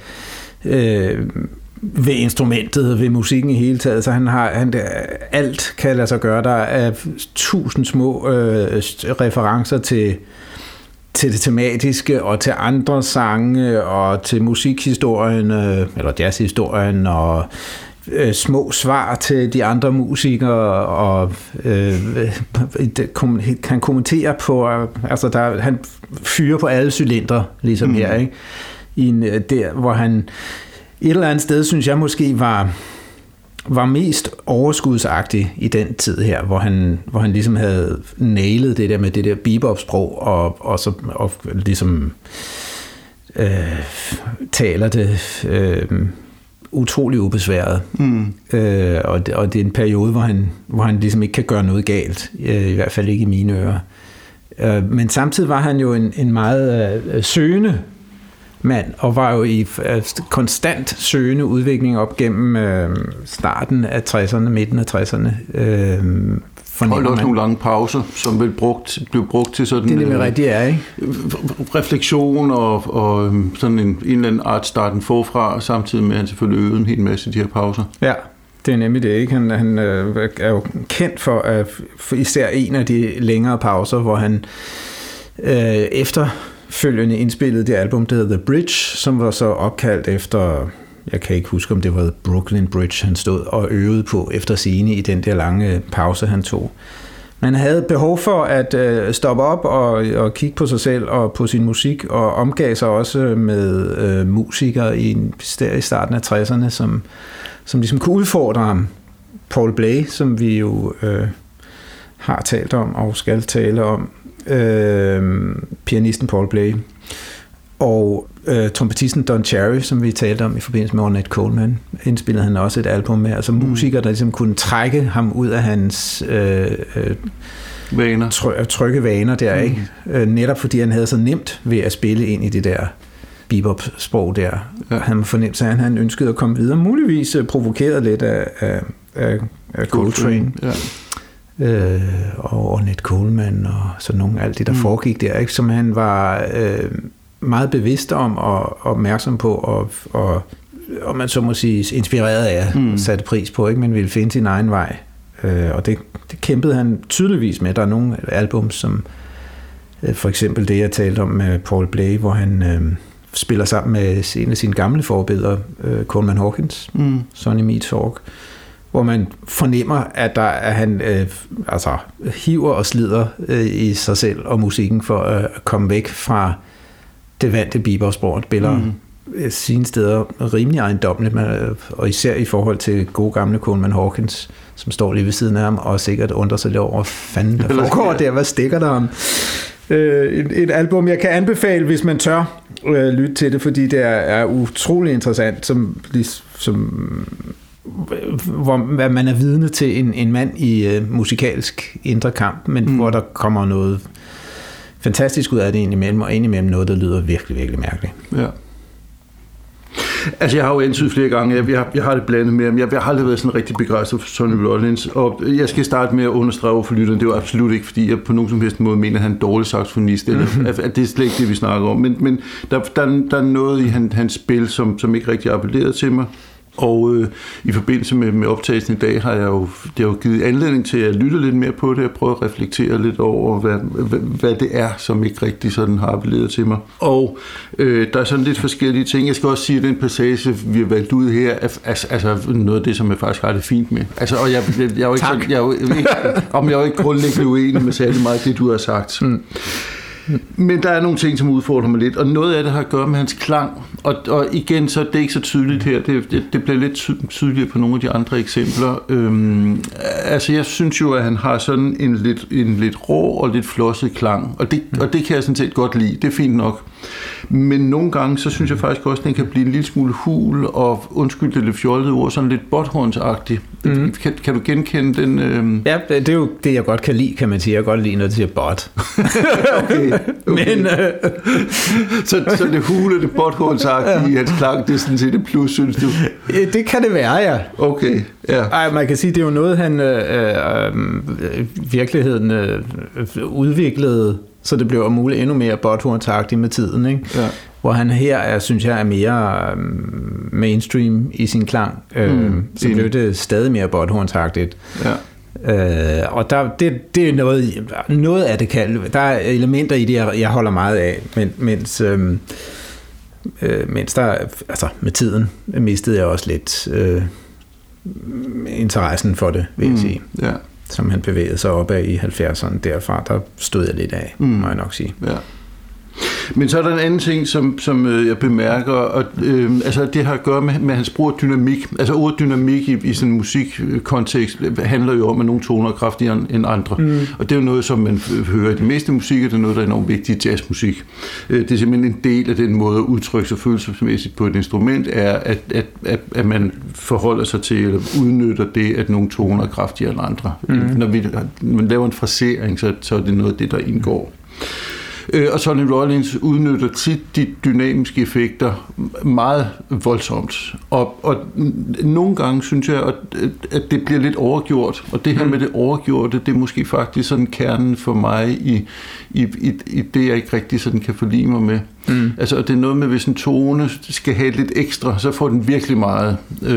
instrumentet, ved musikken i hele taget, så alt kan lade sig gøre. Der er 1000 små referencer til det tematiske og til andre sange og til musikhistorien eller jazzhistorien og små svar til de andre musikere og han kommenterer på, altså han fyrer på alle cylindre ligesom her, ikke? Der hvor han et eller andet sted, synes jeg måske var mest overskudsagtig i den tid her, hvor han ligesom havde nailet det der med det der bebop-sprog og ligesom taler det utrolig ubesværet. Og det er en periode, hvor han ligesom ikke kan gøre noget galt, i hvert fald ikke i mine ører. Men samtidig var han jo en meget søgende mand, og var jo i konstant søgende udvikling op gennem starten af 60'erne, midten af 60'erne. Holdt også nogle lange pauser, som blev brugt til sådan det er rigtigt, ikke? Refleksion og sådan en eller anden art starten forfra, samtidig med at han selvfølgelig øvede en hel masse af de her pauser. Ja, det er nemlig det, ikke? Han er jo kendt for især en af de længere pauser, hvor han efterfølgende indspillede det album, der hedder The Bridge, som var så opkaldt efter, jeg kan ikke huske, om det var Brooklyn Bridge, han stod og øvede på efter scene i den der lange pause, han tog. Man havde behov for at stoppe op og kigge på sig selv og på sin musik, og omgav sig også med musikere i starten af 60'erne, som ligesom kunne udfordre ham. Paul Bley, som vi jo har talt om og skal tale om, pianisten Paul Bley, og trompetisten Don Cherry, som vi talte om i forbindelse med Ornette Coleman, indspillede han også et album med, altså musikere, der ligesom kunne trække ham ud af hans trygge vaner der, ikke? Netop fordi han havde så nemt ved at spille ind i det der bebop-sprog der. Ja. Han fornemte, at han ønskede at komme videre, muligvis provokeret lidt af Coltrane. Ja. Og Ornette Coleman og sådan nogle, alt det der foregik der, ikke? Som han var meget bevidst om og opmærksom på og man så må sige inspireret af og satte pris på, ikke? Men ville finde sin egen vej, og det kæmpede han tydeligvis med. Der er nogle album, som for eksempel det jeg talte om med Paul Bley, hvor han spiller sammen med en af sine gamle forbilleder, Coleman Hawkins, Sonny Meets Hawk, hvor man fornemmer, at han hiver og slider i sig selv og musikken for at komme væk fra det vante bebop-sprog. Spiller sine steder rimelig ejendommeligt, og især i forhold til gode gamle Coleman Hawkins, som står lige ved siden af ham, og sikkert undrer sig lidt over, fanden der foregår der, hvad stikker der om? Et album, jeg kan anbefale, hvis man tør lytte til det, fordi det er utrolig interessant, hvor man er vidne til en mand i musikalsk indre kamp, men hvor der kommer noget fantastisk ud af det indimellem, og indimellem noget, der lyder virkelig, virkelig mærkeligt. Ja. Altså, jeg har jo antydet flere gange, jeg har det blandet med, men jeg har aldrig været sådan rigtig begejstret for Sonny Rollins, og jeg skal starte med at understrege for lytterne, det er jo absolut ikke, fordi jeg på nogen som helst måde mener, at han er en dårlig saxofonist, eller at det er slet ikke det, vi snakker om, men der er noget i hans spil, som ikke rigtig appellerede til mig. Og i forbindelse med optagelsen i dag har det har jo givet anledning til at lytte lidt mere på det og prøve at reflektere lidt over, hvad det er, som ikke rigtig sådan har appelleret til mig. Og der er sådan lidt forskellige ting. Jeg skal også sige, at den passage, vi har valgt ud her, altså noget af det, som jeg faktisk har det fint med. Altså, og jeg er jo ikke grundlæggende uenig med særlig meget det, du har sagt. Men der er nogle ting, som udfordrer mig lidt, og noget af det har at gøre med hans klang, og igen, så er det ikke så tydeligt her, det bliver lidt tydeligere på nogle af de andre eksempler. Altså, jeg synes jo, at han har sådan en lidt rå og lidt flosset klang, og det kan jeg sådan set godt lide, det er fint nok. Men nogle gange, så synes jeg faktisk også, at den kan blive en lille smule hul, og undskyld det lidt fjollede ord, sådan lidt botthornsagtig. Kan du genkende den? Ja, det er jo det, jeg godt kan lide, kan man sige. Jeg kan godt lide, når det siger bot. Okay. Men, så det hule, det botthornsagtige i hans klang, det er sådan set et plus, synes du? Det kan det være, ja. Okay, ja. Ej, man kan sige, det er jo noget, han virkeligheden udviklede, så det blev muligt endnu mere botthornsagtigt med tiden, ikke? Ja. Hvor han her synes jeg er mere mainstream i sin klang, så blev det stadig mere botthornsagtigt. Ja. Og det er noget af det der er elementer i det, jeg holder meget af, mens der, altså med tiden mistede jeg også lidt interessen for det, vil jeg sige. Ja. Som han bevægede sig opad i 70'erne. Derfra, der stod jeg lidt af, må jeg nok sige. Ja. Men så er der en anden ting, som jeg bemærker, og altså det har at gøre med hans brug af dynamik. Altså ordet dynamik i sådan en musikkontekst handler jo om, at nogle toner er kraftigere end andre. Og det er jo noget, som man hører i det meste musik, og det er noget, der er enormt vigtigt i jazzmusik. Det er simpelthen en del af den måde at udtrykke sig følelsesmæssigt på et instrument, er, at man forholder sig til, eller udnytter det, at nogle toner er kraftigere end andre. Når man laver en frasering, så er det noget af det, der indgår. Og Sonny Rollins udnytter tit de dynamiske effekter meget voldsomt. Og nogle gange synes jeg, at det bliver lidt overgjort. Og det her med det overgjorte, det er måske faktisk sådan kernen for mig i det, jeg ikke rigtig sådan kan forlige mig med. Altså, det er noget med, hvis en tone skal have lidt ekstra, så får den virkelig meget.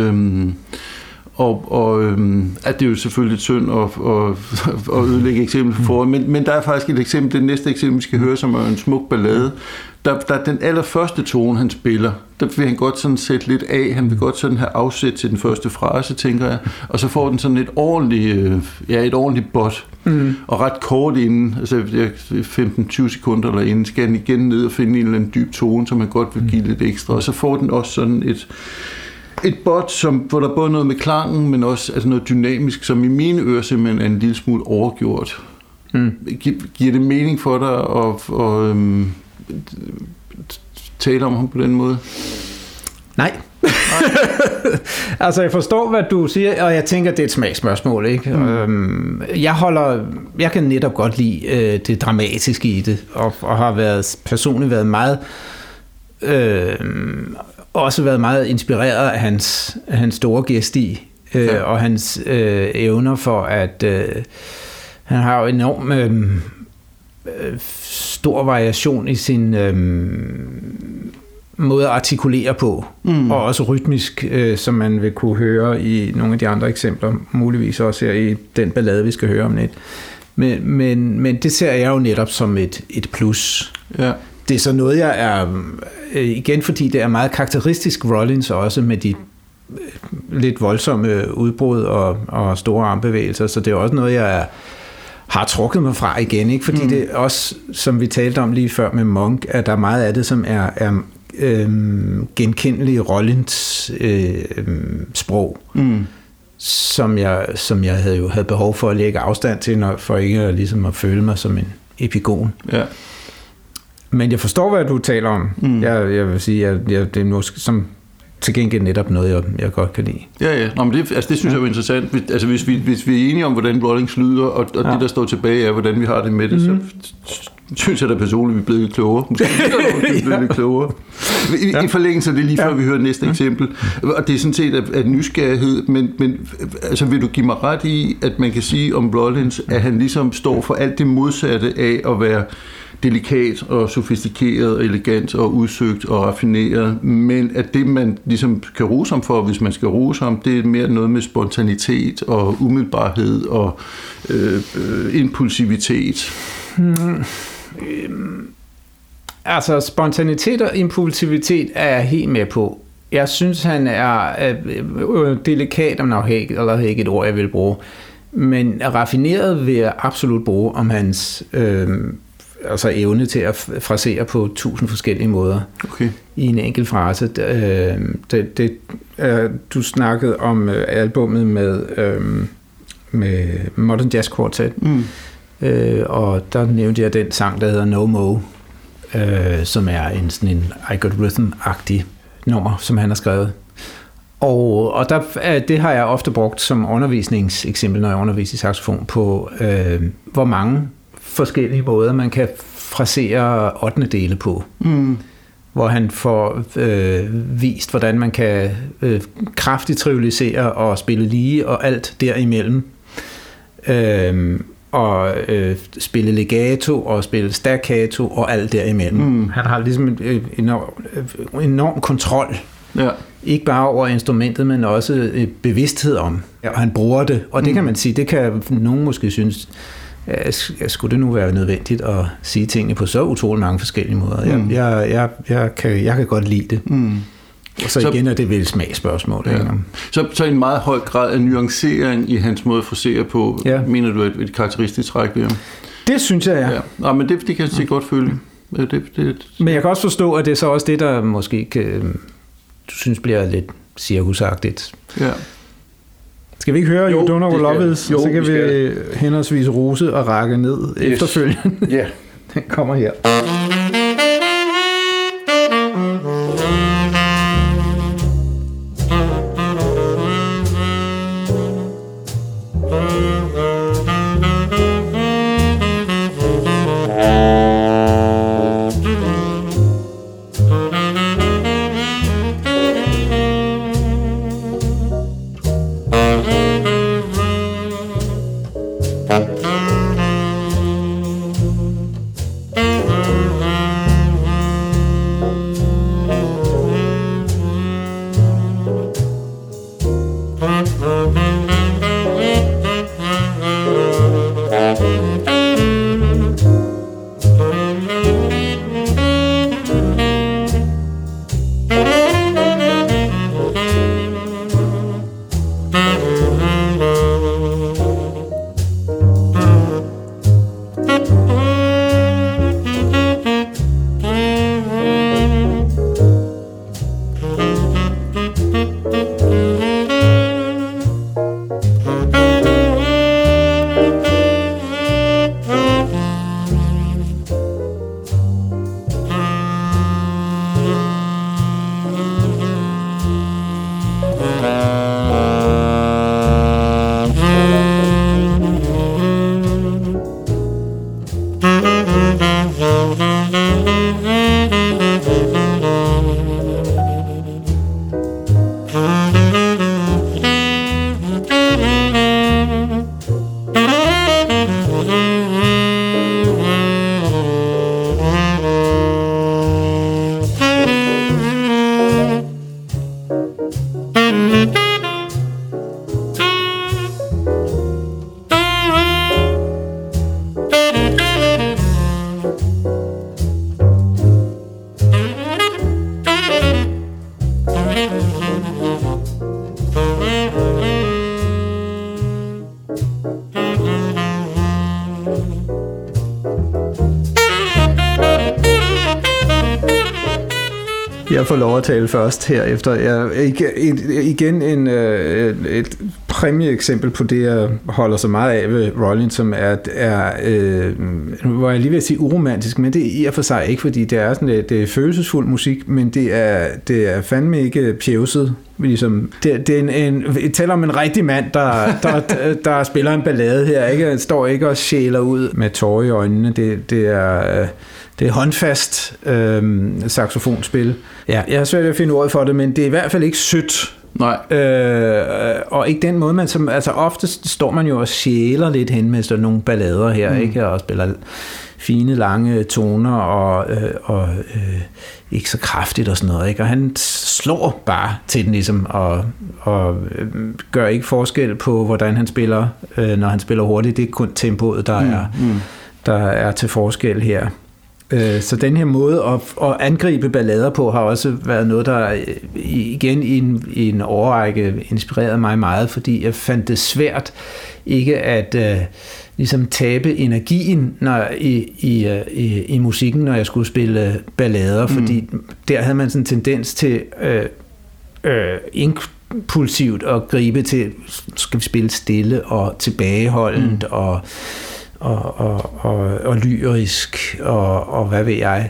At det er jo selvfølgelig synd at ødelægge eksempel for, men der er faktisk et eksempel, det næste eksempel, vi skal høre, som er en smuk ballade. Der er den allerførste tone, han spiller, der vil han godt sådan sætte lidt af, han vil godt sådan have afsæt til den første frase, tænker jeg, og så får den sådan et ordentligt bot, og ret kort inden, altså 15-20 sekunder eller inden, skal han igen ned og finde en eller anden dyb tone, som man godt vil give lidt ekstra, og så får den også sådan et bot, hvor der både noget med klangen, men også altså noget dynamisk, som i mine ører simpelthen er en lille smule overgjort. Giver det mening for dig at tale om ham på den måde? Nej. Altså, jeg forstår, hvad du siger, og jeg tænker, det er et smagsspørgsmål, ikke? Jeg kan netop godt lide det dramatiske i det, og har personligt været meget også været meget inspireret af hans store gæsti og hans evner for at han har jo enorm stor variation i sin måde at artikulere på, og også rytmisk, som man vil kunne høre i nogle af de andre eksempler, muligvis også her i den ballade, vi skal høre om lidt. Men det ser jeg jo netop som et plus. Ja. Det er så noget, jeg er, igen fordi det er meget karakteristisk Rollins også med de lidt voldsomme udbrud og store armbevægelser, så det er også noget, jeg har trukket mig fra igen, ikke? Fordi det er også, som vi talte om lige før med Monk, at der er meget af det, som er genkendelig Rollins sprog, som jeg havde behov for at lægge afstand til, for ikke ligesom at føle mig som en epigon. Ja. Men jeg forstår, hvad du taler om. Jeg vil sige, at det er måske som til gengæld netop noget, jeg godt kan lide. Ja. Nå, men det synes jeg er jo interessant. Altså, hvis vi er enige om, hvordan Rollins lyder, og det, der står tilbage, er, hvordan vi har det med det, så synes jeg da personligt, vi er blevet lidt klogere. Måske er vi blevet lidt klogere. I forlængelse af det lige før vi hører næste eksempel. Og det er sådan set af nysgerrighed, men altså, vil du give mig ret i, at man kan sige om Rollins, at han ligesom står for alt det modsatte af at være delikat og sofistikeret og elegant og udsøgt og raffineret, men at det, man ligesom kan rose ham for, hvis man skal rose ham, det er mere noget med spontanitet og umiddelbarhed og impulsivitet. Altså, spontanitet og impulsivitet er jeg helt med på. Jeg synes, han er delikat, om nok ikke et ord, jeg vil bruge, men raffineret vil jeg absolut bruge om hans altså evne til at frasere på 1000 forskellige måder i en enkelt frase. Du snakkede om albummet med Modern Jazz Quartet, og der nævnte jeg den sang, der hedder No Mo, som er sådan en I Got Rhythm-agtig nummer, som han har skrevet. Og det har jeg ofte brugt som undervisningseksempel, når jeg underviser i saxofon, på hvor mange forskellige måder man kan frasere 8. dele på. Hvor han får vist, hvordan man kan kraftigt trivialisere og spille lige og alt derimellem. Og spille legato og spille staccato og alt derimellem. Han har ligesom en enorm kontrol. Ja. Ikke bare over instrumentet, men også bevidsthed om. Og han bruger det, og det kan man sige, det kan nogen måske synes, skulle det nu være nødvendigt at sige tingene på så utrolig mange forskellige måder. Jeg kan godt lide det. Og så igen er det vel smagsspørgsmål. Ja. Så en meget høj grad af nuancering i hans måde at frasere på, mener du et karakteristisk træk ved ham? Det synes jeg, ja. Ja, men det kan jeg sige godt følge. Men jeg kan også forstå, at det er så også det, der måske du synes bliver lidt cirkusagtigt. Ja. Skal vi ikke høre You Don't Know What Love Is? Så kan vi henholdsvis rose og rakke ned efterfølgende. Ja. Den kommer her. Jeg får lov at tale først herefter. Igen et præmieeksempel på det, jeg holder så meget af ved Rollins, som hvor jeg lige vil sige uromantisk, men det er i og for sig ikke, fordi det er sådan det er følelsesfuld musik, men det er fandme ikke pjevset. Ligesom, det taler om en rigtig mand, der spiller en ballade her, ikke? Han står ikke og sjæler ud med tårer i øjnene. Det er håndfast saxofonspil. Ja, jeg har svært at finde ordet for det, men det er i hvert fald ikke sødt. Nej. Og ikke den måde, man som, altså ofte står man jo og sjæler lidt hen med sådan nogle ballader her, ikke? Og spiller fine, lange toner og ikke så kraftigt og sådan noget, ikke? Og han slår bare til den ligesom, og gør ikke forskel på, hvordan han spiller, når han spiller hurtigt. Det er kun tempoet, der er til forskel her. Så den her måde at angribe ballader på har også været noget, der igen i en årrække inspirerede mig meget, fordi jeg fandt det svært ikke at ligesom tabe energien i musikken, når jeg skulle spille ballader, fordi der havde man sådan en tendens til impulsivt at gribe til, skal vi spille stille og tilbageholdent og lyrisk og hvad ved jeg.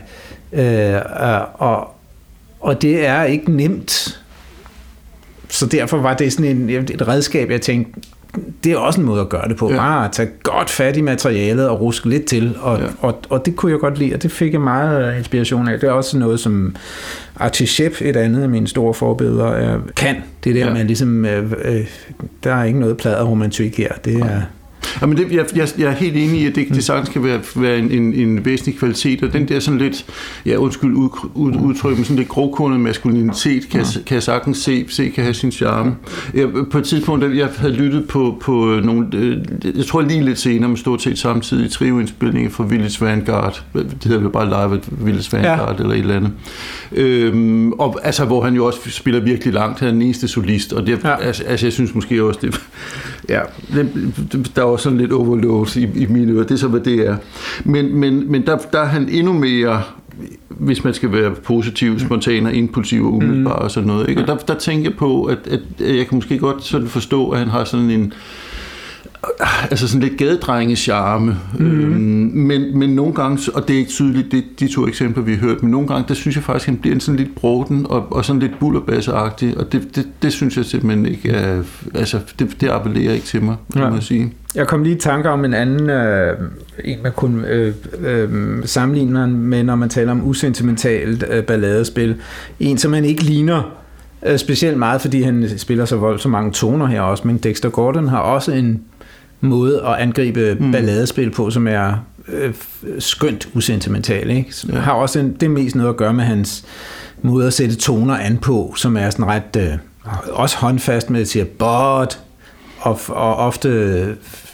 Og det er ikke nemt. Så derfor var det sådan et redskab, jeg tænkte, det er også en måde at gøre det på. Ja. Bare at tage godt fat i materialet og ruske lidt til. Og det kunne jeg godt lide, og det fik jeg meget inspiration af. Det er også noget, som Artie Shepp, et andet af mine store forbilleder, kan. Det der med ligesom, der er ikke noget pladerromantik her. Det er... Ja, men jeg er helt enig i, at det sagtens kan være en væsentlig kvalitet, og den der sådan lidt, udtryk med sådan lidt grovkornet maskulinitet, kan jeg sagtens se kan have sin charme. På et tidspunkt, jeg havde lyttet på nogle, jeg tror lige lidt senere, men stort set samtidig, trioindspilninger fra Village Vanguard. Det hedder vel bare live at Village Vanguard eller et eller andet. Og altså, hvor han jo også spiller virkelig langt, han er den eneste solist, og det, altså, jeg synes måske også, det, der var sådan lidt overload i mine ører, det er så, hvad det er. Men der er han endnu mere, hvis man skal være positiv, spontan og impulsiv og umiddelbar og sådan noget. Ikke? Og der tænker jeg på, at jeg kan måske godt sådan forstå, at han har sådan en altså sådan lidt gadedrenge-charme. Men nogle gange, og det er ikke tydeligt, de to eksempler, vi har hørt, men nogle gange, der synes jeg faktisk, at han bliver sådan lidt broden og sådan lidt bullerbasseagtig, og det synes jeg simpelthen ikke er, altså det appellerer ikke til mig, må jeg sige. Jeg kom lige i tanker om en anden, en man kunne sammenligne med, når man taler om usentimentalt balladespil. En, som man ikke ligner specielt meget, fordi han spiller så voldsomt mange toner her også, men Dexter Gordon har også en måde at angribe balladespil på, som er skønt usentimental, ikke? Har også det mest noget at gøre med hans måde at sætte toner an på, som er sådan ret også håndfast med at sige but, og ofte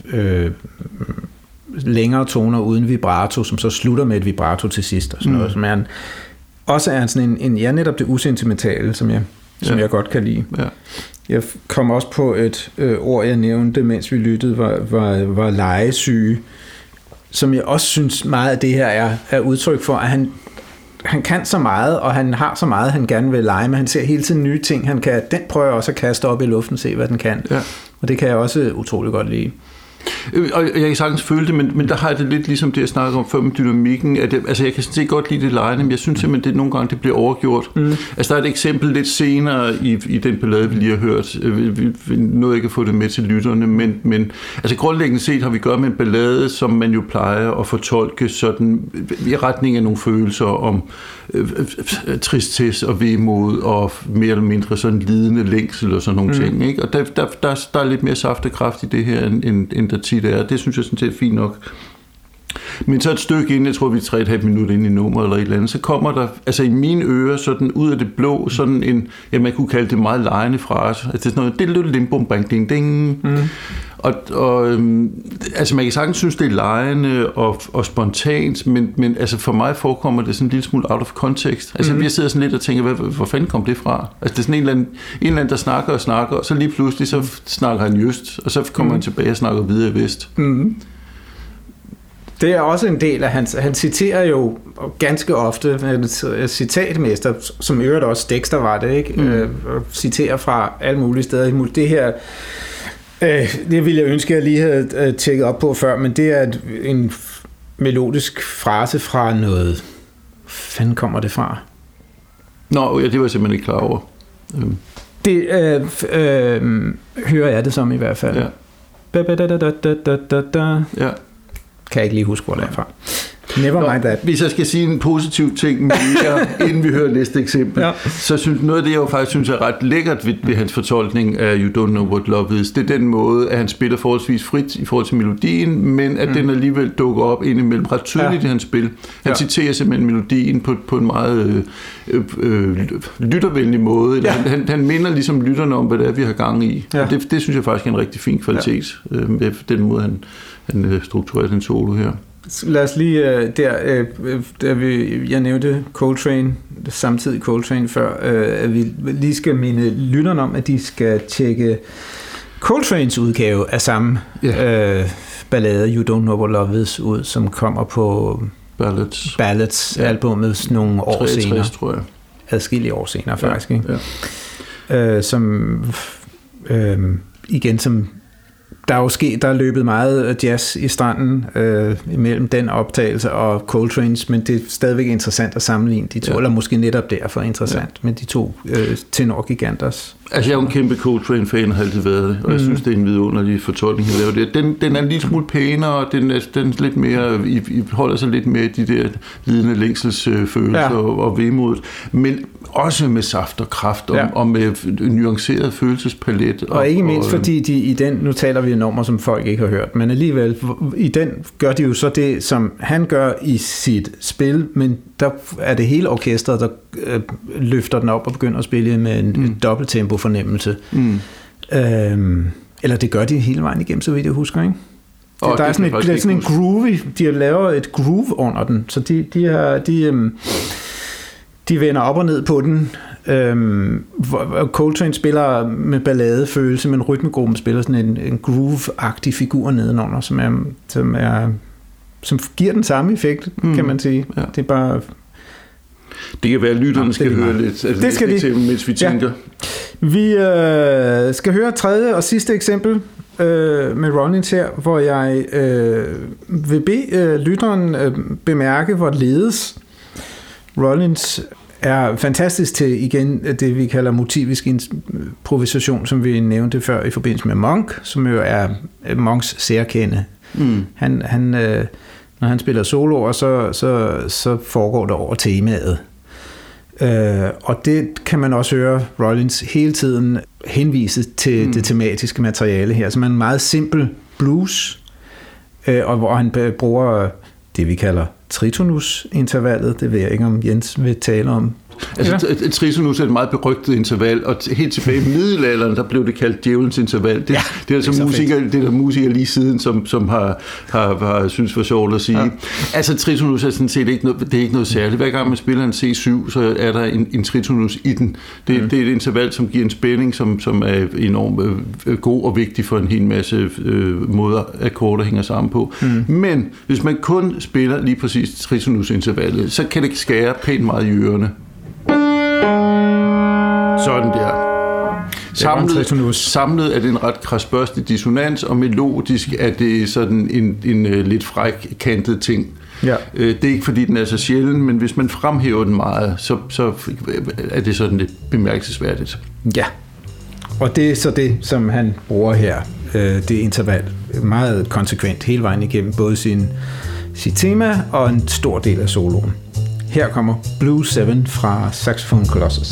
længere toner uden vibrato, som så slutter med et vibrato til sidst, og sådan noget, som er også er sådan en netop det usentimentale, som jeg godt kan lide. Ja. Jeg kom også på et ord, jeg nævnte, mens vi lyttede, var legesyge, som jeg også synes meget af det her er udtryk for, at han kan så meget, og han har så meget, han gerne vil lege, men han ser hele tiden nye ting, han kan. Den prøver også at kaste op i luften, se hvad den kan. Ja. Og det kan jeg også utrolig godt lide. Og jeg kan sagtens føle det, men der har jeg det lidt ligesom det, jeg snakker om før med dynamikken. Altså jeg kan sådan set godt lide det lejende, men jeg synes simpelthen, det nogle gange det bliver overgjort. Altså der er et eksempel lidt senere i den ballade, vi lige har hørt. Vi nåede ikke at få det med til lytterne, men altså grundlæggende set har vi gjort med en ballade, som man jo plejer at fortolke sådan i retning af nogle følelser om tristesse og vemod og mere eller mindre sådan lidende længsel og sådan nogle ting, ikke? Og der er lidt mere saft og kraft i det her, end der tit er. Det synes jeg sådan set er fint nok. Men så et stykke inden, jeg tror vi er 3,5 minutter inde i nummer eller et eller andet, så kommer der, altså i mine ører, sådan ud af det blå, sådan en, ja, man kunne kalde det meget lejende frase. Altså det er sådan noget, det er lidt limbum, bang, ding, ding. Og altså man kan sagtens synes, det er lejende og spontant, men altså for mig forekommer det sådan en lille smule out of context. Altså jeg sidder sådan lidt og tænker, hvor fanden kom det fra? Altså det er sådan en eller anden, der snakker, og så lige pludselig, så snakker han jyst, og så kommer han tilbage og snakker videre i vest. Det er også en del af han citerer jo ganske ofte, citatmester, som i øvrigt også Dexter var det, ikke? Citerer fra alle mulige steder. Det her Det ville jeg ønske, at jeg lige havde tjekket op på før, men det er en melodisk frase fra noget. Hvor fanden kommer det fra? Nå, ja, det var jeg simpelthen ikke klar over. Det hører jeg det som i hvert fald. Ja. Ja. Kan jeg ikke lige huske, hvor det er fra. Never mind that. Hvis jeg skal sige en positiv ting mere, inden vi hører næste eksempel, så synes noget af det, jeg jo faktisk synes er ret lækkert ved hans fortolkning af You Don't Know What Love Is, det er den måde, at han spiller forholdsvis frit i forhold til melodien, men at den alligevel dukker op indimellem ret tydeligt i hans spil. Han citerer simpelthen melodien på en meget lyttervenlig måde. Eller han minder ligesom lytterne om, hvad det er, vi har gang i. Ja. Det synes jeg faktisk er en rigtig fin kvalitet, med den måde, han strukturerer den solo her. Lad os lige, jeg nævnte Coltrane, samtidig Coltrane før, at vi lige skal minde lytterne om, at de skal tjekke Coltranes udgave af samme ballade, You Don't Know What Love Is, ud, som kommer på Ballads albumet nogle år 63, senere. Tror jeg. Adskillige år senere, faktisk. Ikke? Ja. Som igen, som der er løbet meget jazz i stranden imellem den optagelse og Coltrane's, men det er stadigvæk interessant at sammenligne de to, eller måske netop derfor interessant, med de to tenorgiganters. Altså jeg er jo en kæmpe Coltrane-fan, har altid været det, og jeg synes, det er en vidunderlig fortolkning, han laver det. Den er en lille smule pænere, og den er lidt mere, I holder sig lidt mere i de der lidende længselsfølelser og vemodet, men også med saft og kraft, og med nuanceret følelsespalet. Og ikke mindst fordi de i den, nu taler vi nummer, som folk ikke har hørt, men alligevel, i den gør de jo så det, som han gør i sit spil, men der er det hele orkestret, der løfter den op og begynder at spille med en dobbelttempo fornemmelse. Eller det gør de hele vejen igennem, så vidt jeg husker, ikke? Der er sådan en groovy, de har lavet et groove under den, så de vender op og ned på den. Coltrane spiller med balladefølelse, men rytmegruppen spiller sådan en groove-agtig figur nedenunder, som giver den samme effekt, kan man sige. Ja. Det er bare... Det kan være, at lytterne skal høre lidt. Altså det skal de. Mens vi tænker. Vi skal høre tredje og sidste eksempel med Rollins her, hvor jeg vil bede lytteren bemærke, hvorledes Rollins er fantastisk til, igen, det vi kalder motivisk improvisation, som vi nævnte før i forbindelse med Monk, som jo er Monks særkende. Når han spiller soloer, så foregår det over temaet. Og det kan man også høre Rollins hele tiden henvise til det tematiske materiale her, som er en meget simpel blues, og hvor han bruger det, vi kalder tritonus-intervallet. Det ved jeg ikke, om Jens vil tale om. Altså, et tritonus er et meget berygtet interval, og helt tilbage i middelalderen, der blev det kaldt djævelens interval. Det er altså musikere lige siden, som har synes var sjovt at sige. Ja. Altså, tritonus er sådan set ikke noget særligt. Hver gang man spiller en C7, så er der en tritonus i den. Det er et interval, som giver en spænding, som er enormt god og vigtig for en hel masse måder, akkorder hænger sammen på. Men hvis man kun spiller lige præcis tritonus-intervallet, så kan det skære pænt meget i ørerne. Sådan der. Samlet er det en ret kradsbørstig dissonans, og melodisk er det sådan en lidt fræk kantet ting. Ja. Det er ikke fordi den er så sjælden, men hvis man fremhæver den meget, så er det sådan lidt bemærkelsesværdigt. Ja, og det er så det, som han bruger her, det interval, meget konsekvent hele vejen igennem, både sit tema og en stor del af soloen. Her kommer Blue 7 fra Saxophone Colossus.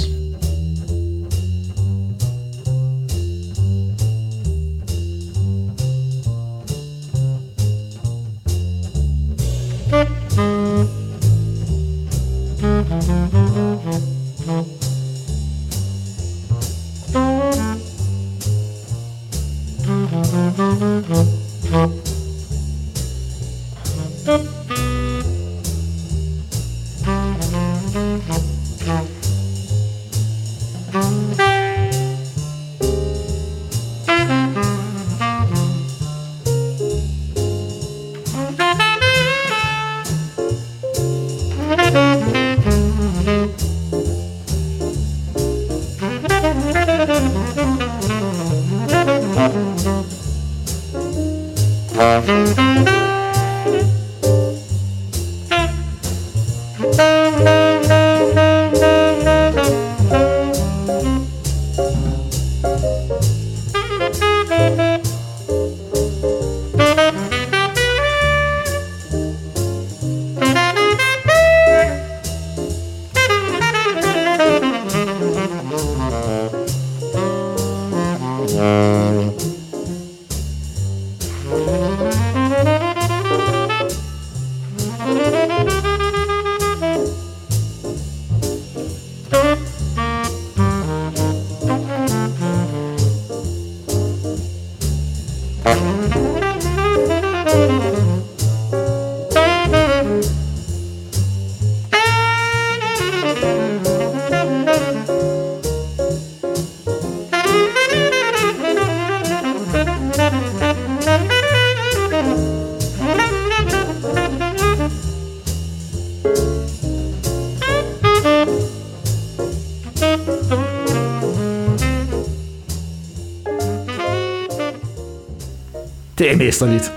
Det er mesterligt.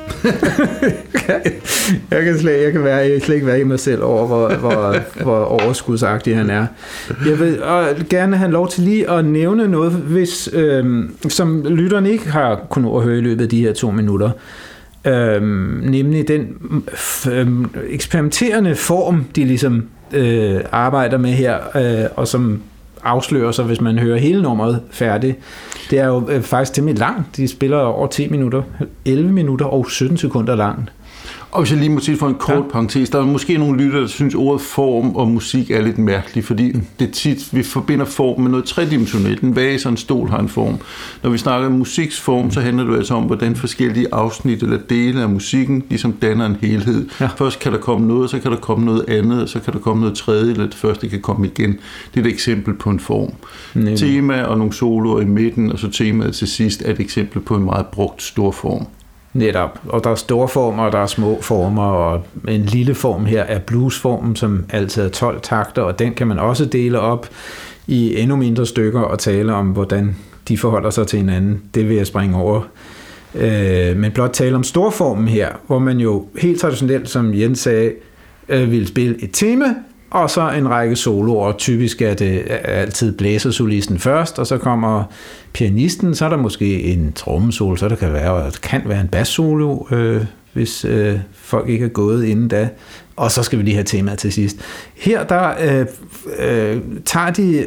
jeg kan slet ikke være i mig selv over, hvor overskudsagtig han er. Jeg vil gerne have lov til lige at nævne noget, hvis, som lytterne ikke har kunnet høre i løbet af de her 2 minutter. Nemlig den eksperimenterende form, de ligesom arbejder med her, og som afslører sig, hvis man hører hele nummeret færdigt. Det er jo faktisk temmelig langt. De spiller over 10 minutter, 11 minutter og 17 sekunder langt. Og hvis jeg lige må sige for en kort parentes, der er måske nogle lyttere, der synes, ordet form og musik er lidt mærkeligt, fordi det tit, vi forbinder form med noget tredimensionelt. En vase og en stol har en form. Når vi snakker om musiksform, så handler det altså om, hvordan forskellige afsnit eller dele af musikken ligesom danner en helhed. Ja. Først kan der komme noget, så kan der komme noget andet, og så kan der komme noget tredje, eller det første kan komme igen. Det er et eksempel på en form. Tema og nogle soloer i midten, og så temaet til sidst er et eksempel på en meget brugt stor form. Netop, og der er store former, og der er små former, og en lille form her er bluesformen, som altid er 12 takter, og den kan man også dele op i endnu mindre stykker og tale om, hvordan de forholder sig til hinanden. Det vil jeg springe over. Men blot tale om storformen her, hvor man jo helt traditionelt, som Jens sagde, vil spille et tema, og så en række soloer. Typisk er det altid blæsersolisten først, og så kommer pianisten, så er der måske en trommesolo, så det kan være en bassolo, hvis folk ikke er gået inden da. Og så skal vi lige have temaet til sidst. Her der tager de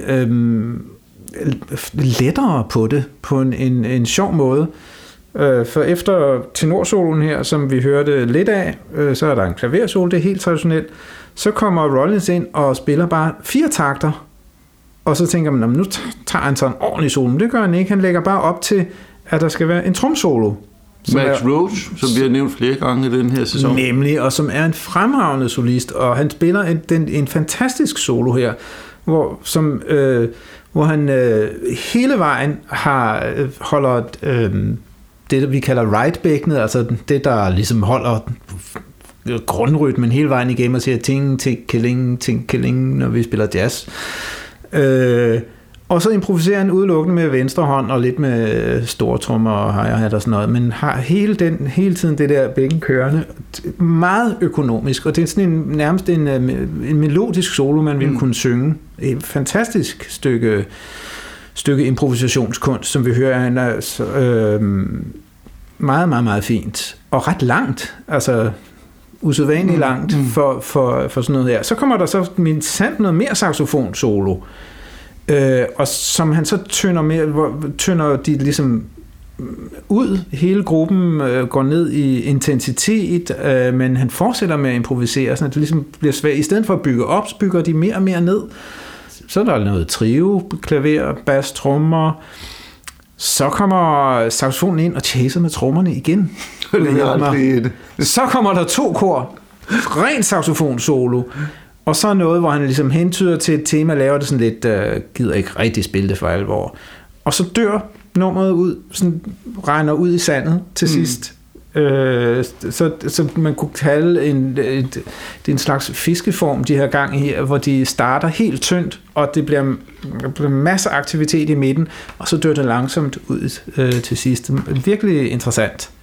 lettere på det, på en sjov måde. For efter tenorsoloen her, som vi hørte lidt af, så er der en klaversolo, det er helt traditionelt. Så kommer Rollins ind og spiller bare 4 takter, og så tænker man, nu tager han så en ordentlig solo, men det gør han ikke. Han lægger bare op til, at der skal være en tromsolo. Max Roach, som vi har nævnt flere gange i den her sæson. Nemlig, og som er en fremragende solist, og han spiller en fantastisk solo her, hvor han hele vejen holder det, vi kalder right-bækkenet, altså det, der ligesom holder grundrytmen hele vejen igennem og siger ting, killing, når vi spiller jazz. Og så improviserer han udelukkende med venstre hånd og lidt med store trommer og hi-hat og sådan noget, men har hele tiden det der bækken kørende, meget økonomisk, og det er sådan nærmest en melodisk solo, man ville kunne synge. Et fantastisk stykke improvisationskunst, som vi hører, han er meget, meget, meget fint, og ret langt, altså usædvanligt langt for sådan noget her. Så kommer der så mindstant noget mere saxofon solo, og som han så tynder de ligesom ud, hele gruppen går ned i intensitet, men han fortsætter med at improvisere, så det ligesom bliver svært. I stedet for at bygge op, så bygger de mere og mere ned. Så er der noget trio, klaver, bas, trommer. Så kommer saxofonen ind og chaser med trommerne igen. Så kommer der 2 kor, ren saxofon solo, og så noget, hvor han ligesom hentyder til et tema, laver det sådan lidt, gider ikke rigtig spille det for alvor. Og så dør nummeret ud, sådan regner ud i sandet til sidst. Så man kunne kalde det er en slags fiskeform, de her gang her, hvor de starter helt tyndt, og det bliver masser af aktivitet i midten, og så dør det langsomt ud til sidst. Virkelig interessant.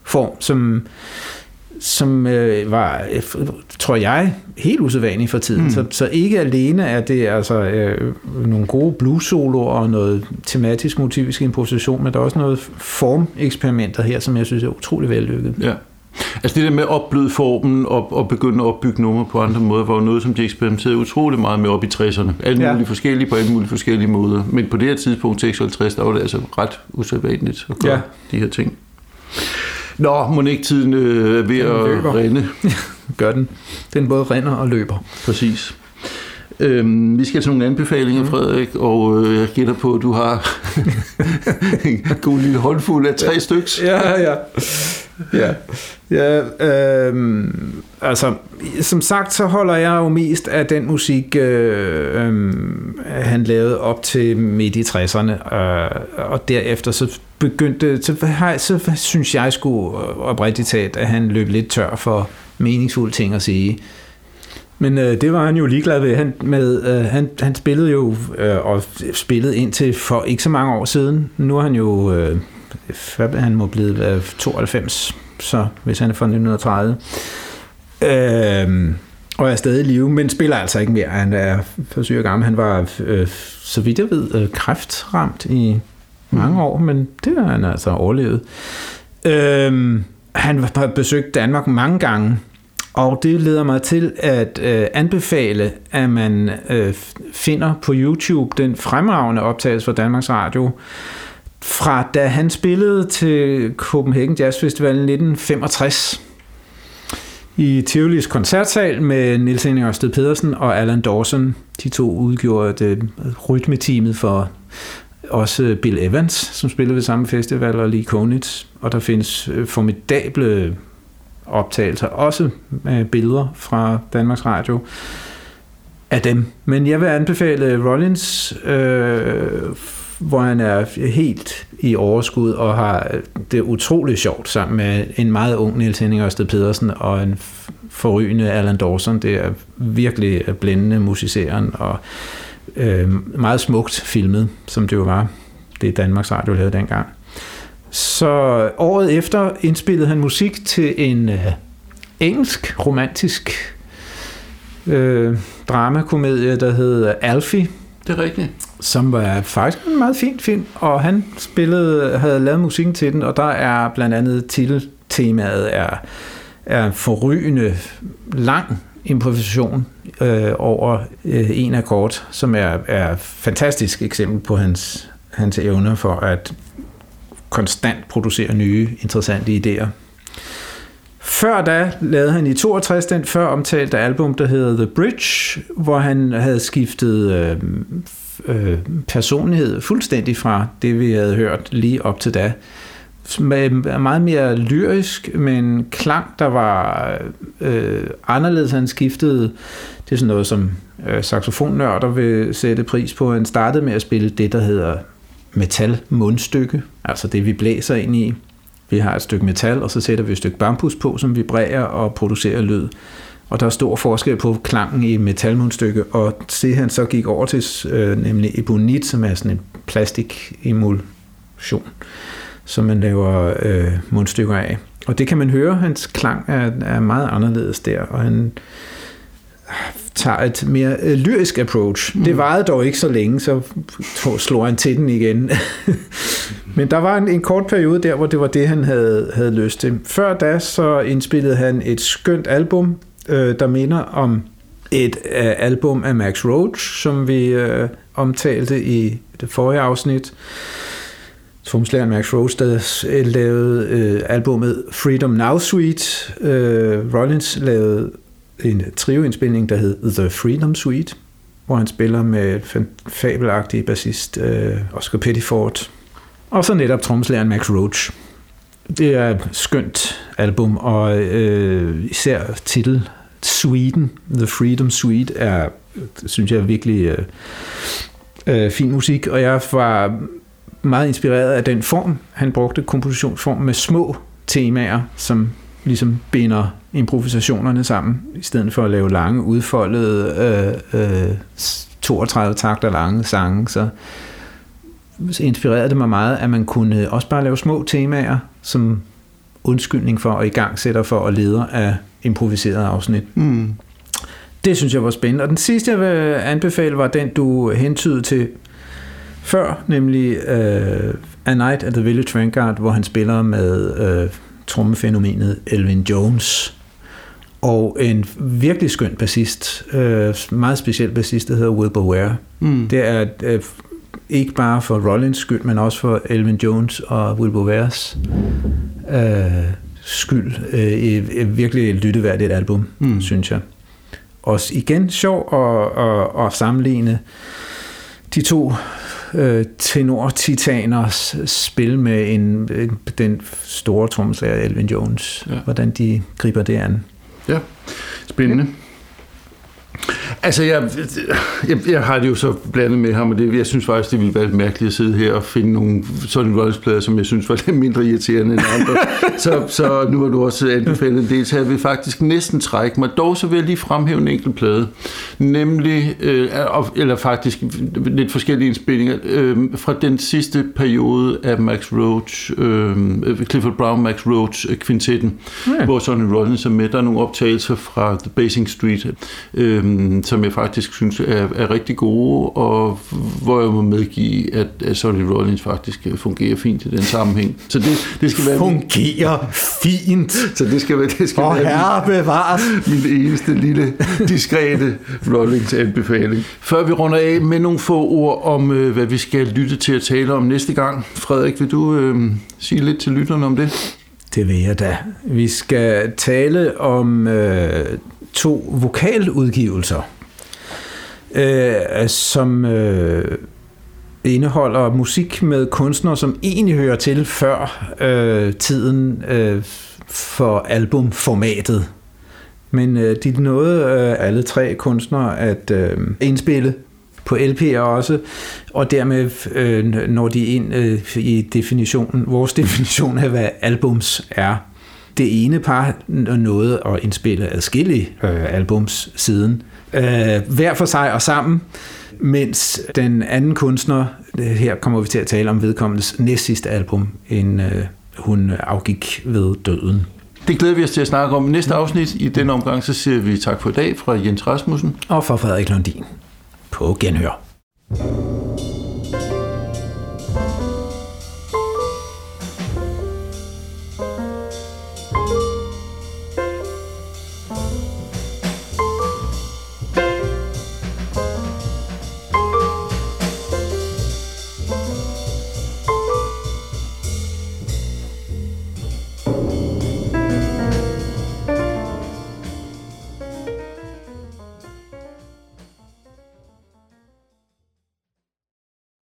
form, som var, tror jeg, helt usædvanlig for tiden. Så ikke alene er det altså nogle gode blues-soloer og noget tematisk motivisk improvisation, men der er også noget formeksperimenter her, som jeg synes er utrolig vellykket. Ja. Altså det der med at opbløde formen og begynde at opbygge numre på andre måder, var jo noget, som de eksperimenterede utrolig meget med op i 60'erne. Alle mulige forskellige på alle mulige forskellige måder. Men på det her tidspunkt, 56, der var det altså ret usædvanligt at gøre de her ting. Nå, må ikke tiden er ved at rinde. Gør den. Den både rinder og løber. Præcis. Vi skal til nogle anbefalinger, Frederik, og jeg gætter på, at du har en god lille håndfuld af 3 styks. Altså, som sagt, så holder jeg jo mest af den musik, han lavede op til midt i 60'erne, og derefter så begyndte, så synes jeg sgu oprigtigt talt, at han løb lidt tør for meningsfulde ting at sige. Men det var han jo ligeglad ved. Han spillede jo og spillede indtil for ikke så mange år siden. Nu er han jo, han må blive 92, så hvis han er fra 1930. Og er stadig i live, men spiller altså ikke mere. Han er for syg og gammel. Han var, så vidt jeg ved, kræftramt i mange år, men det har han altså overlevet. Han har besøgt Danmark mange gange, og det leder mig til at anbefale, at man finder på YouTube den fremragende optagelse fra Danmarks Radio, fra da han spillede til Copenhagen Jazz Festival 1965 i Tivolis koncertsal med Niels Henning Ørsted Pedersen og Allan Dawson. De to udgjorde det rytmeteamet for også Bill Evans, som spillede ved samme festival, og Lee Konitz. Og der findes formidable optagelser, også med billeder fra Danmarks Radio af dem. Men jeg vil anbefale Rollins, hvor han er helt i overskud og har det utroligt sjovt sammen med en meget ung Niels Henning Ørsted Pedersen og en forrygende Allan Dawson. Det er virkelig blændende musiceren og meget smukt filmet, som det jo var, det Danmarks Radio lavede dengang. Så året efter indspillede han musik til en engelsk romantisk dramakomedie, der hed Alfie. Det er rigtigt. Som var faktisk en meget fin film, og han havde lavet musikken til den, og der er blandt andet titeltemaet er forrygende lang improvisation over en akkord, som er fantastisk eksempel på hans evner for at konstant producere nye, interessante idéer. Før da lavede han i 62 den før omtalte album, der hedder The Bridge, hvor han havde skiftet personlighed fuldstændig fra det, vi havde hørt lige op til da. Meget mere lyrisk, men klang, der var anderledes. Han skiftede, det er sådan noget, som saxofonnørder vil sætte pris på. Han startede med at spille det, der hedder metal-mundstykke, altså det, vi blæser ind i. Vi har et stykke metal, og så sætter vi et stykke bambus på, som vibrerer og producerer lyd. Og der er stor forskel på klangen i metalmundstykke, og det han så gik over til, nemlig ebonit, som er sådan en plastikemulsion, som man laver mundstykker af. Og det kan man høre, hans klang er meget anderledes der, og han tager et mere lyrisk approach. Det varede dog ikke så længe, så slår han til den igen. Men der var en kort periode der, hvor det var det, han havde lyst til. Før da, så indspillede han et skønt album, der minder om et album af Max Roach, som vi omtalte i det forrige afsnit. Tromslæren Max Roach, der lavede albumet Freedom Now Suite. Rollins lavede en trioindspilning, der hed The Freedom Suite, hvor han spiller med fabelagtig bassist Oscar Pettiford. Og så netop tromslæren Max Roach. Det er et skønt album, og især titel Suiten, The Freedom Suite, er, synes jeg, virkelig fin musik, og jeg var meget inspireret af den form. Han brugte kompositionsform med små temaer, som ligesom binder improvisationerne sammen, i stedet for at lave lange, udfoldede 32 takter lange sange. Så inspirerede det mig meget, at man kunne også bare lave små temaer, som undskyldning for og igangsætter for at leder af improviserede afsnit. Det synes jeg var spændende. Og den sidste, jeg vil anbefale, var den, du hentydede til før, nemlig A Night at the Village Vanguard, hvor han spiller med trommefænomenet Elvin Jones. Og en virkelig skøn bassist, meget speciel bassist, der hedder Wilbur Ware. Det er ikke bare for Rollins skyld, men også for Elvin Jones og Wilbur Wares skyld. Et virkelig lytteværdigt album, synes jeg. Og igen sjov at sammenligne de to tenor-titaners spil med den store trommeslager Elvin Jones. Ja. Hvordan de griber det an. Ja, spændende. Altså, jeg har det jo så blandet med ham, og jeg synes faktisk, det ville være mærkeligt at sidde her og finde nogle sådan Rollins-plader, som jeg synes var lidt mindre irriterende end andre. så nu har du også anbefalet en del, så jeg vil faktisk næsten trække mig. Dog så vil jeg lige fremhæve en enkelt plade, nemlig, eller faktisk lidt forskellige indspillinger, fra den sidste periode af Max Roach, Clifford Brown, Max Roach kvintetten, hvor Sonny Rollins er med. Der er nogle optagelser fra The Basing Street, som jeg faktisk synes er rigtig gode, og hvor jeg må medgive, at Sonny Rollins faktisk fungerer fint i den sammenhæng. Så det skal være fungerer fint. Så det skal være bevares min eneste lille diskrete Rollins anbefaling. Før vi runder af med nogle få ord om, hvad vi skal lytte til at tale om næste gang. Frederik, vil du sige lidt til lytterne om det? Det vil jeg da. Vi skal tale om 2 vokaludgivelser, som indeholder musik med kunstnere, som egentlig hører til før tiden for albumformatet. Men de nåede alle 3 kunstnere at indspille på LP'er også, og dermed når de ind i definitionen, vores definition af, hvad albums er. Det ene par nåede at indspille adskillige albums siden, hver for sig og sammen, mens den anden kunstner, her kommer vi til at tale om vedkommendes næstsidste album, inden hun afgik ved døden. Det glæder vi os til at snakke om næste afsnit. I denne omgang så siger vi tak for i dag fra Jens Rasmussen og fra Frederik Lundin. På genhør.